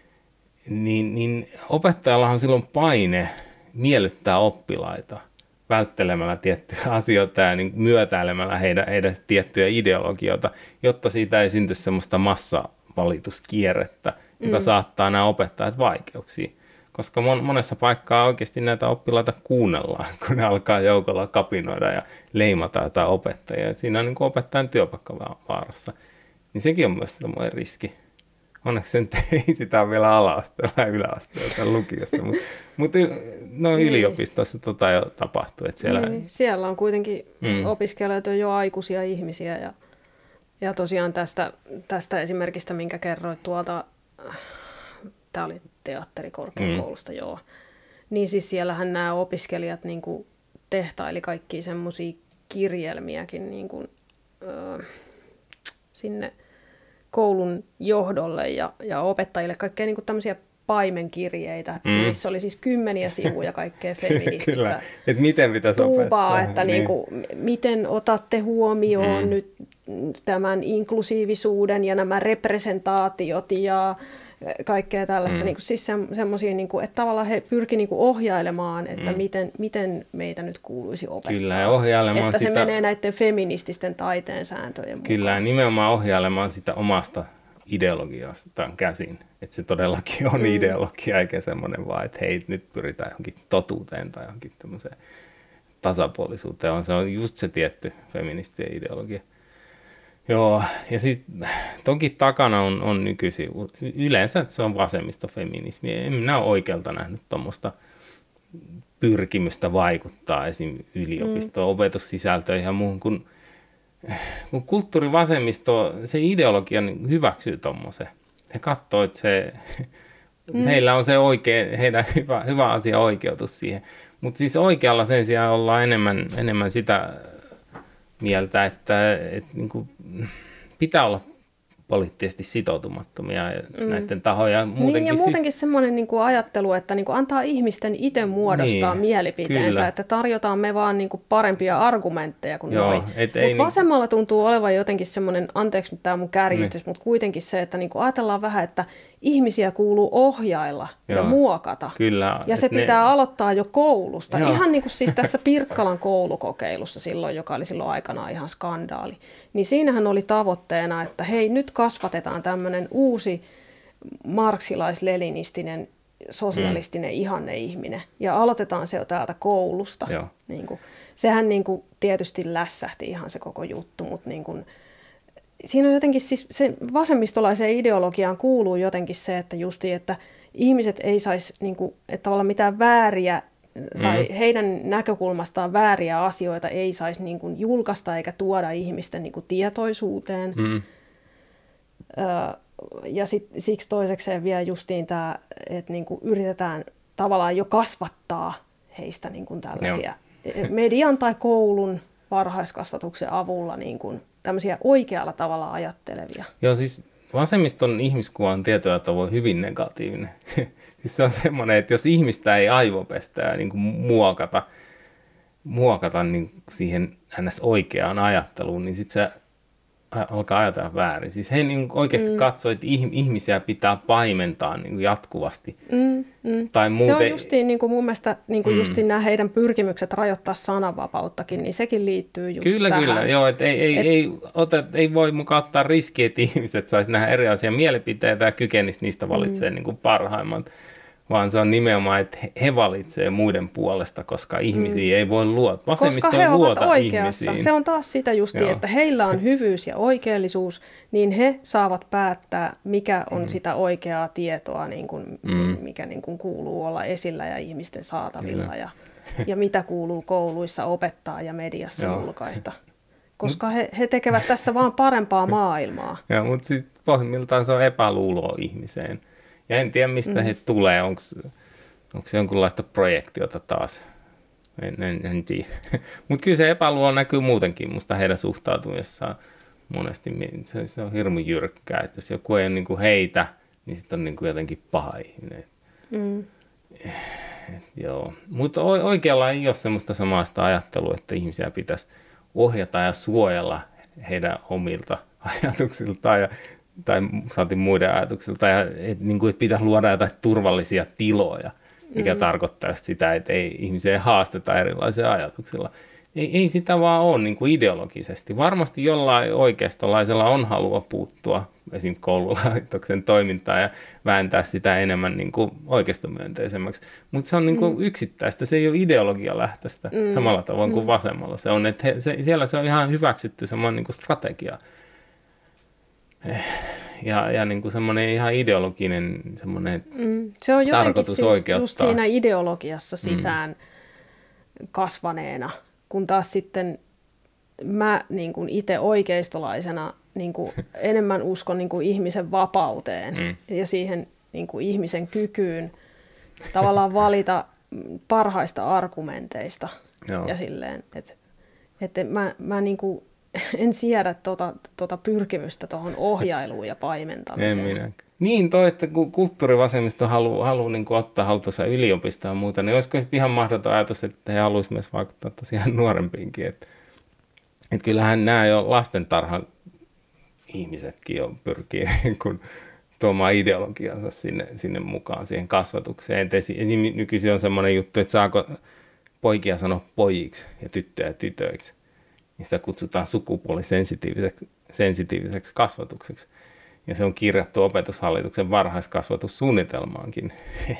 Niin, niin opettajallahan on silloin paine miellyttää oppilaita välttelemällä tiettyjä asioita ja niin myötäilemällä heidän, heidän tiettyjä ideologioita, jotta siitä ei synty semmoista massavalituskierrettä, joka mm. saattaa nämä opettajat vaikeuksiin. Koska mon, monessa paikkaa oikeasti näitä oppilaita kuunnellaan, kun ne alkaa joukolla kapinoida ja leimata jotain opettajia. Siinä on niin kuin opettajan työpaikka vaarassa. Niin sekin on myös semmoinen riski. Onneksi sen ei sitä vielä ala-asteella ja yläasteella tai lukiossa, mutta mut, no yliopistossa tota jo tapahtuu. Että siellä... Niin, siellä on kuitenkin mm. opiskelijat on jo aikuisia ihmisiä ja, ja tosiaan tästä, tästä esimerkistä, minkä kerroit tuolta, tämä oli teatterikorkeakoulusta, mm. joo, niin siis siellähän nämä opiskelijat niin kuin tehtaili kaikkia semmoisia kirjelmiäkin niin kuin, ö, sinne koulun johdolle ja, ja opettajille kaikkea niin kuin tämmöisiä paimenkirjeitä, mm. missä oli siis kymmeniä sivuja kaikkea feminististä. Kyllä, että miten pitäisi tuubaa, opettaa. Että niin. Niin kuin, miten otatte huomioon mm. nyt tämän inklusiivisuuden ja nämä representaatiot ja kaikkea tällaista. Mm. Niin kuin, siis se, semmosia, niin kuin, että tavallaan he pyrkivät niin kuin ohjailemaan, että mm. miten, miten meitä nyt kuuluisi opettaa. Kyllä, ja ohjailemaan että sitä... se menee näiden feminististen taiteen sääntöjen mukaan. Kyllä, ja nimenomaan ohjailemaan sitä omasta ideologiasta käsin. Että se todellakin on mm. ideologia, eikä semmoinen vaan, että hei, nyt pyritään johonkin totuuteen tai johonkin tämmöiseen tasapuolisuuteen. Se on just se tietty feministien ideologia. Joo, ja siis toki takana on, on nykyisin, yleensä se on vasemmistofeminismi. En minä ole oikealta nähnyt tuommoista pyrkimystä vaikuttaa esim. Yliopistoon, mm. opetussisältöihin ja muuhun, kun, kun kulttuurivasemmisto, se ideologia niin hyväksyy tuommoisen. He katsoo, että se, mm. heillä on se oikea, heidän hyvä, hyvä asia oikeutus siihen. Mutta siis oikealla sen sijaan ollaan enemmän, enemmän sitä mieltä, että, että niin kuin pitää olla poliittisesti sitoutumattomia mm. näiden tahoja. Muutenkin niin, ja muutenkin siis... semmoinen niin kuin ajattelu, että niin kuin antaa ihmisten itse muodostaa niin, mielipiteensä, kyllä. Että tarjotaan me vaan niin kuin parempia argumentteja kuin Joo, noi. Mutta niin... vasemmalla tuntuu olevan jotenkin semmoinen, anteeksi nyt tämä mun kärjistys, niin. mutta kuitenkin se, että niin kuin ajatellaan vähän, että ihmisiä kuuluu ohjailla Joo, ja muokata. Kyllä, ja se pitää ne... aloittaa jo koulusta. Joo. Ihan niin kuin siis tässä Pirkkalan koulukokeilussa silloin, joka oli silloin aikanaan ihan skandaali. Niin siinähän oli tavoitteena, että hei, nyt kasvatetaan tämmöinen uusi marksilais-leninistinen, sosialistinen mm. ihanneihminen. Ja aloitetaan se jo täältä koulusta. Niin kuin, sehän niin kuin tietysti lässähti ihan se koko juttu, mutta niin kuin, siinä on jotenkin siis se vasemmistolaiseen ideologiaan kuuluu jotenkin se, että justi, että ihmiset ei saisi niin kuin, että tavallaan mitään vääriä tai mm. heidän näkökulmastaan vääriä asioita ei saisi niin kuin julkaista eikä tuoda ihmisten niin kuin tietoisuuteen. Mm. Öö, ja sit, siksi toisekseen vielä justiin tämä, että niin kuin yritetään tavallaan jo kasvattaa heistä niin kuin tällaisia Joo. median tai koulun varhaiskasvatuksen avulla niin kuin tämmöisiä oikealla tavalla ajattelevia. Joo, siis vasemmiston ihmiskuva on tietyllä tavoin hyvin negatiivinen. Siis se on semmoinen, että jos ihmistä ei aivopestä ja niin kuin muokata, muokata niin siihen ns. Oikeaan ajatteluun, niin sitten se alkaa ajatella väärin. Siis he niin oikeasti mm. katsoo, että ihmisiä pitää paimentaa niin kuin jatkuvasti. Mm, mm. Tai muuten... Se on justiin niin kuin mun mielestä niin kuin mm. justiin nämä heidän pyrkimykset rajoittaa sananvapauttakin, niin sekin liittyy just kyllä, tähän. Kyllä, kyllä. Joo, että ei, ei, et... ei, ota, ei voi mukaan ottaa riskiä, että ihmiset saisi nähdä erilaisia mielipiteitä ja kykenisi niistä valitsemaan mm. niin kuin parhaimmat. Vaan se on nimenomaan, että he valitsee muiden puolesta, koska ihmisiä mm. ei voi luota. Vasemmisto koska he ei luota ovat oikeassa. Ihmisiin. Se on taas sitä justiin, että heillä on hyvyys ja oikeellisuus, niin he saavat päättää, mikä on mm. sitä oikeaa tietoa, niin kuin, mm. mikä niin kuin kuuluu olla esillä ja ihmisten saatavilla, ja, ja mitä kuuluu kouluissa opettaa ja mediassa Joo. julkaista. Koska he, he tekevät tässä vaan parempaa maailmaa. Joo, mutta siis pohjimmiltaan se on epäluuloa ihmiseen. Ja en tiedä, mistä mm. he tulee. Onko se jonkunlaista projektiota taas? En, en, en tiedä. Mutta kyllä se epäluulo näkyy muutenkin musta heidän suhtautumisessaan monesti. Se, se on hirmu jyrkkää. Että jos joku ei ole niin kuin heitä, niin sitten on niin kuin jotenkin paha ihminen. Mm. Joo. Mutta oikealla ei ole semmoista samaista ajattelua, että ihmisiä pitäisi ohjata ja suojella heidän omilta ajatuksiltaan ja tai saatiin muiden ajatuksilta, ja että, niin kuin, että pitäisi luoda jotain turvallisia tiloja, mikä mm. tarkoittaa sitä, että ei, ihmisiä ei haasteta erilaisilla ajatuksilla. Ei, ei sitä vaan ole niin kuin ideologisesti. Varmasti jollain oikeistolaisella on halua puuttua esim. Koululaitoksen toimintaan ja vääntää sitä enemmän niin kuin oikeistomyönteisemmäksi. Mutta se on niin kuin mm. yksittäistä, se ei ole ideologialähtöistä mm. samalla tavoin kuin mm. vasemmalla. Se on, että he, se, siellä se on ihan hyväksytty semmoinen niin kuin strategia. Ja, ja niin kuin semmoinen ihan ideologinen semmoinen mm. Se on tarkoitus siis oikeuttaa. Just siinä ideologiassa sisään mm. kasvaneena, kun taas sitten mä niin kuin itse oikeistolaisena niin kuin enemmän uskon niin kuin ihmisen vapauteen mm. ja siihen niin kuin ihmisen kykyyn tavallaan valita parhaista argumenteista. Joo. Ja silleen, että, että mä, mä niin kuin en siedä tuota, tuota pyrkimystä tuohon ohjailuun ja paimentamiseen. En minä. Niin toi, että kun kulttuurivasemmisto haluaa halu, niin ottaa haltuunsa yliopistoa ja muuta, niin olisiko sitten ihan mahdoton ajatus, että he haluaisivat myös vaikuttaa tosiaan nuorempiinkin. Että et kyllähän nämä jo lastentarhan ihmisetkin jo pyrkii niin kun tuomaan ideologiansa sinne, sinne mukaan siihen kasvatukseen. Esimerkiksi nykyisin on semmoinen juttu, että saako poikia sanoa pojiksi ja tyttöjä tytöiksi. Niin sitä kutsutaan sukupuolisensitiiviseksi sensitiiviseksi kasvatukseksi. Ja se on kirjattu opetushallituksen varhaiskasvatussuunnitelmaankin.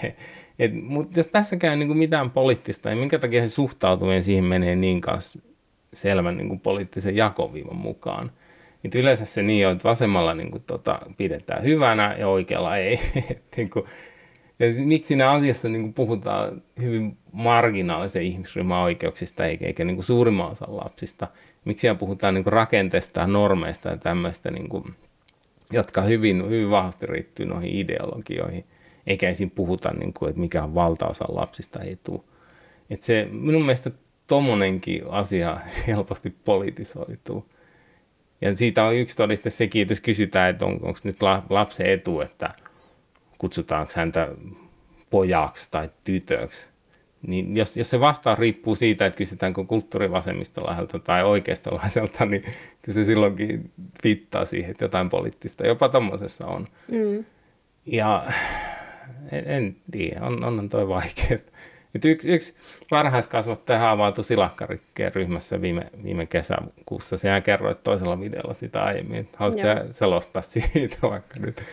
Mutta jos tässä käy niin kuin mitään poliittista, niin minkä takia se suhtautuminen siihen menee niin kanssa selvän niin kuin poliittisen jakoviivan mukaan. Niin yleensä se niin on, että vasemmalla niin kuin, tota, pidetään hyvänä ja oikealla ei. niin kuin, ja miksi siinä asiassa niin kuin puhutaan hyvin marginaalisen ihmisryhmän oikeuksista eikä, eikä niin kuin suurimman osan lapsista. Miksi siellä puhutaan niin kuin rakenteista ja normeista ja tämmöistä, niin kuin, jotka hyvin, hyvin vahvasti riittyy noihin ideologioihin. Eikä esim. Puhuta, niin kuin, että mikä on valtaosa lapsista ei tule. Että se minun mielestä tommonenkin asia helposti politisoituu. Ja siitä on yksi todiste sekin, että jos kysytään, että on, onko nyt lapsen etu, että kutsutaanko häntä pojaksi tai tytöksi, niin jos, jos se vastaus riippuu siitä, että kysytäänkö kulttuurivasemmistolaiselta tai oikeistolaiselta, niin kyllä se silloinkin viittaa siihen, että jotain poliittista jopa tommosessa on. Mm. Ja en, en tiedä, on, onhan toi vaikea. Nyt yksi, yksi varhaiskasvattaja avautui silakkarikkeen ryhmässä viime, viime kesäkuussa. Sinä kerroit toisella videolla sitä aiemmin. Haluatko selostaa siitä vaikka nyt?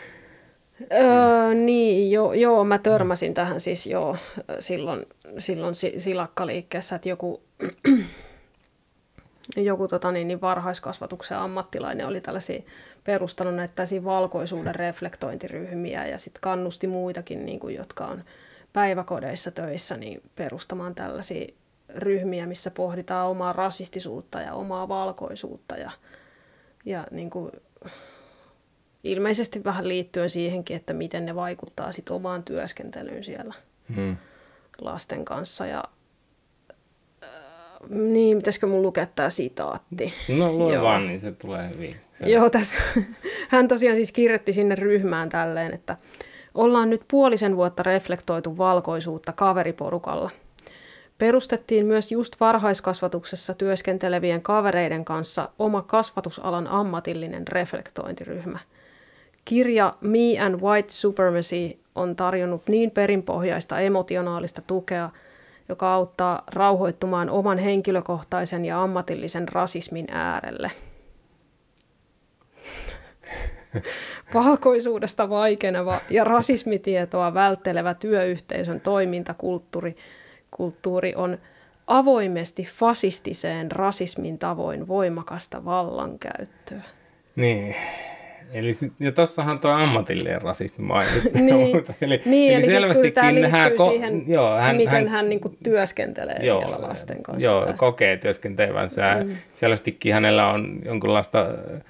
Öö, niin, joo, joo, mä törmäsin tähän siis joo, silloin, silloin silakkaliikkeessä, että joku, joku tota, niin, niin varhaiskasvatuksen ammattilainen oli tällaisia perustanut näitä tällaisia valkoisuuden reflektointiryhmiä ja sitten kannusti muitakin, niin kuin, jotka on päiväkodeissa töissä, niin perustamaan tällaisia ryhmiä, missä pohditaan omaa rasistisuutta ja omaa valkoisuutta ja, ja niin kuin, ilmeisesti vähän liittyen siihenkin, että miten ne vaikuttaa sit omaan työskentelyyn siellä hmm. lasten kanssa. Ja, äh, niin, pitäisikö mun lukea tämä sitaatti? No lue Joo. vaan, niin se tulee hyvin. Se... Joo, tässä. Hän tosiaan siis kirjoitti sinne ryhmään tälleen, että ollaan nyt puolisen vuotta reflektoitu valkoisuutta kaveriporukalla. Perustettiin myös just varhaiskasvatuksessa työskentelevien kavereiden kanssa oma kasvatusalan ammatillinen reflektointiryhmä. Kirja Me and White Supremacy on tarjonnut niin perinpohjaista emotionaalista tukea, joka auttaa rauhoittumaan oman henkilökohtaisen ja ammatillisen rasismin äärelle. Valkoisuudesta vaikeneva ja rasismitietoa välttelevä työyhteisön toimintakulttuuri kulttuuri on avoimesti fasistiseen rasismin tavoin voimakasta vallankäyttöä. Niin. Eli ja tossahan tuo ammatillinen rasismi mainittu. niin, eli, niin, eli, eli siis tämä liittyy ko- siihen, joo, hän, miten hän, hän niin kuin työskentelee joo, siellä lasten kanssa. Joo, tai... kokee työskentelevänsä. Mm. Selvästikin hänellä on jonkinlaista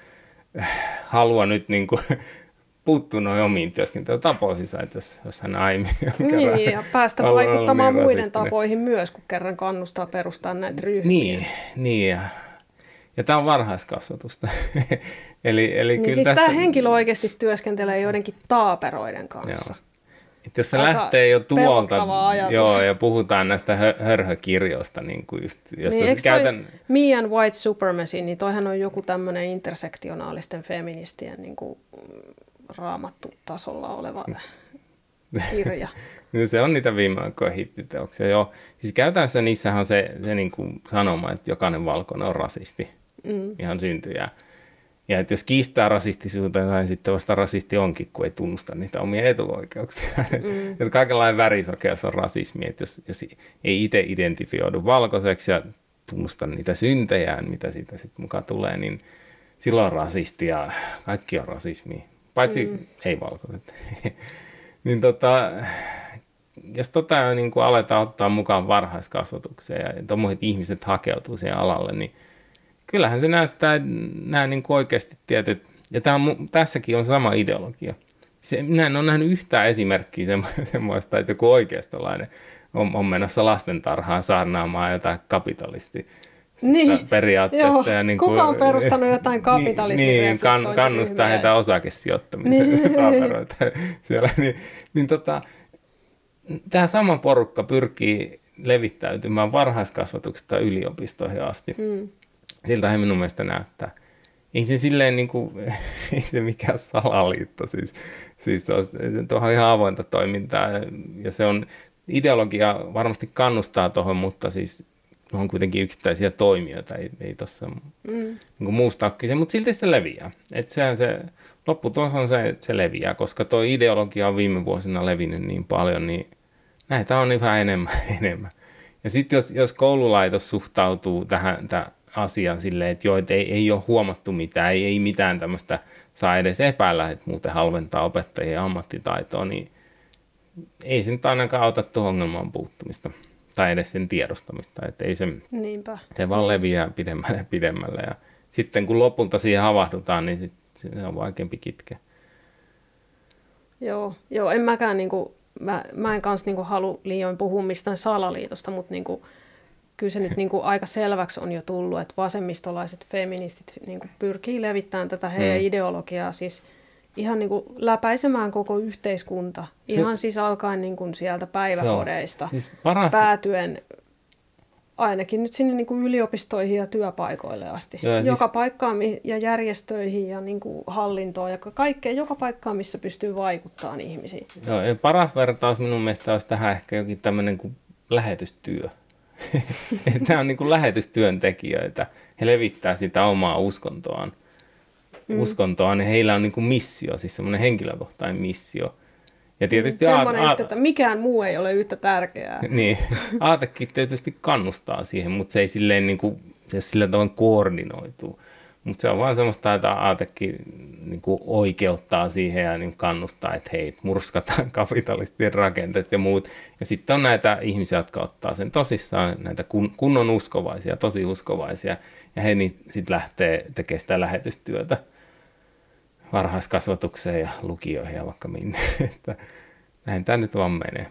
halua nyt niin kuin puuttua noin omiin työskentelytapoihinsa, että jos, jos hän aiemmin niin, ja päästä vaikuttamaan niin muiden tapoihin myös, kun kerran kannustaa perustaa näitä ryhmiä. Niin, niin ja, ja tämä on varhaiskasvatusta. eli, eli niin kyllä siis tästä... tämä henkilö oikeasti työskentelee joidenkin taaperoiden kanssa. Joo. Että jos se Aika lähtee jo tuolta joo, ja puhutaan näistä hö- hörhökirjoista, niin kuin just, jos niin, se käytän... Me and White Supremacy, niin toihan on joku tämmöinen intersektionaalisten feministien niin kuin raamattu tasolla oleva kirja. No se on niitä viime aikoina hittiteoksia, joo. Siis käytännössä niissähän on se, se niin kuin sanoma, että jokainen valkoinen on rasisti. Mm. Ihan syntyjää. Ja että jos kiistää rasistisuutta, niin sitten vasta rasisti onkin, kun ei tunnusta niitä omia etuoikeuksia. Mm. Että kaikenlainen värisokeus on rasismi, että jos, jos ei itse identifioidu valkoiseksi ja tunnusta niitä syntejään, mitä siitä sitten mukaan tulee, niin silloin on rasisti ja kaikki on rasismi. Paitsi mm. ei valkoiset. niin tota, jos tota jo niin kuin aletaan ottaa mukaan varhaiskasvatukseen ja tuommoiset ihmiset hakeutuu siihen alalle, niin kyllähän se näyttää nämä niin kuin oikeasti tietyt, ja tämä on, tässäkin on sama ideologia. Se, minä en ole nähnyt yhtään esimerkkiä semmoista, että joku oikeistolainen on, on menossa lastentarhaan saarnaamaan jotain kapitalisti. Niin, periaatteesta. Ja niin kuin, kuka on perustanut jotain kapitalismin niin, kan, kannustaa heitä osakesijoittamisen niin. raaperoita siellä. Niin, niin tota, tämä sama porukka pyrkii levittäytymään varhaiskasvatuksesta yliopistoihin asti. Hmm. Siltä he minun mielestä näyttää. Ei se silleen niin kuin, ei se mikään salaliitto. Siis, siis se on, se on ihan avointa toimintaa ja se on, ideologia varmasti kannustaa tuohon, mutta siis on kuitenkin yksittäisiä toimijoita, ei, ei tuossa mm. niin muusta ole kyse, mutta silti se leviää. Et sehän se, lopputulos on se, että se leviää, koska tuo ideologia on viime vuosina levinnyt niin paljon, niin näitä on yhä enemmän enemmän. Ja sitten jos, jos koululaitos suhtautuu tähän tähän asiaan silleen, että joo, et ei, ei ole huomattu mitään, ei, ei mitään tämmöistä saa edes epäillä, että muuten halventaa opettajien ammattitaitoa, niin ei se nyt ainakaan auta tuohon ongelmaan puuttumista. Tai edes sen tiedostamista, että ei se, Niinpä. se vaan leviää pidemmälle ja pidemmälle. Ja sitten kun lopulta siihen havahdutaan, niin sit, se on vaikeampi kitkeä. Joo, joo en mäkään, niinku, mä, mä en kanssa niinku halua liioin puhua mistään salaliitosta, mutta niinku, kyllä se nyt niinku aika selväksi on jo tullut, että vasemmistolaiset feministit niinku pyrkii levittämään tätä heidän hmm. ideologiaa siis ihan niin kuin läpäisemään koko yhteiskunta, se, ihan siis alkaen niin kuin sieltä päiväkodeista, siis paras... päätyen ainakin nyt sinne niin kuin yliopistoihin ja työpaikoille asti. Joo, joka siis... paikkaan ja järjestöihin ja niin kuin hallintoon ja kaikkeen, joka paikkaan, missä pystyy vaikuttamaan ihmisiin. Joo, ja paras vertaus minun mielestä olisi tähän ehkä jokin tämmöinen kuin lähetystyö. Nämä on niin kuin lähetystyöntekijöitä. He levittää sitä omaa uskontoaan. Mm. uskontoa, niin heillä on niin kuin missio, siis semmoinen henkilökohtainen missio. Ja tietysti mm, semmoinen aate, että mikään muu ei ole yhtä tärkeää. Niin, aatekin tietysti kannustaa siihen, mutta se ei silleen niin kuin, se sillä tavalla koordinoituu. Mutta se on vaan semmoista, että aatekin niin kuin oikeuttaa siihen ja niin kannustaa, että hei, murskataan kapitalistien rakenteet ja muut. Ja sitten on näitä ihmisiä, jotka ottaa sen tosissaan, näitä kun, kunnon uskovaisia, tosi uskovaisia. Ja he niin sitten lähtee tekemään sitä lähetystyötä varhaiskasvatukseen ja lukioihin ja vaikka minne. Että näin tämä nyt vaan menee.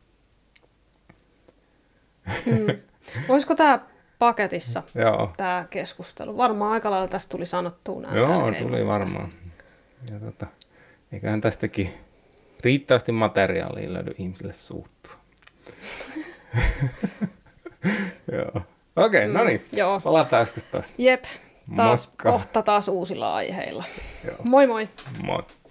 Mm. Olisiko tämä paketissa, Joo. tämä keskustelu? Varmaan aika lailla tästä tuli sanottua nämä Joo, tärkeimmät. tuli varmaan. Ja tota, eiköhän tästäkin riittävästi materiaalia löydy ihmisille suuttua. Joo. Okei, okay, mm, no niin. Joo. Palataan äsken taas. Jep, taas Moikka. kohta taas uusilla aiheilla. Joo. Moi moi! Moi.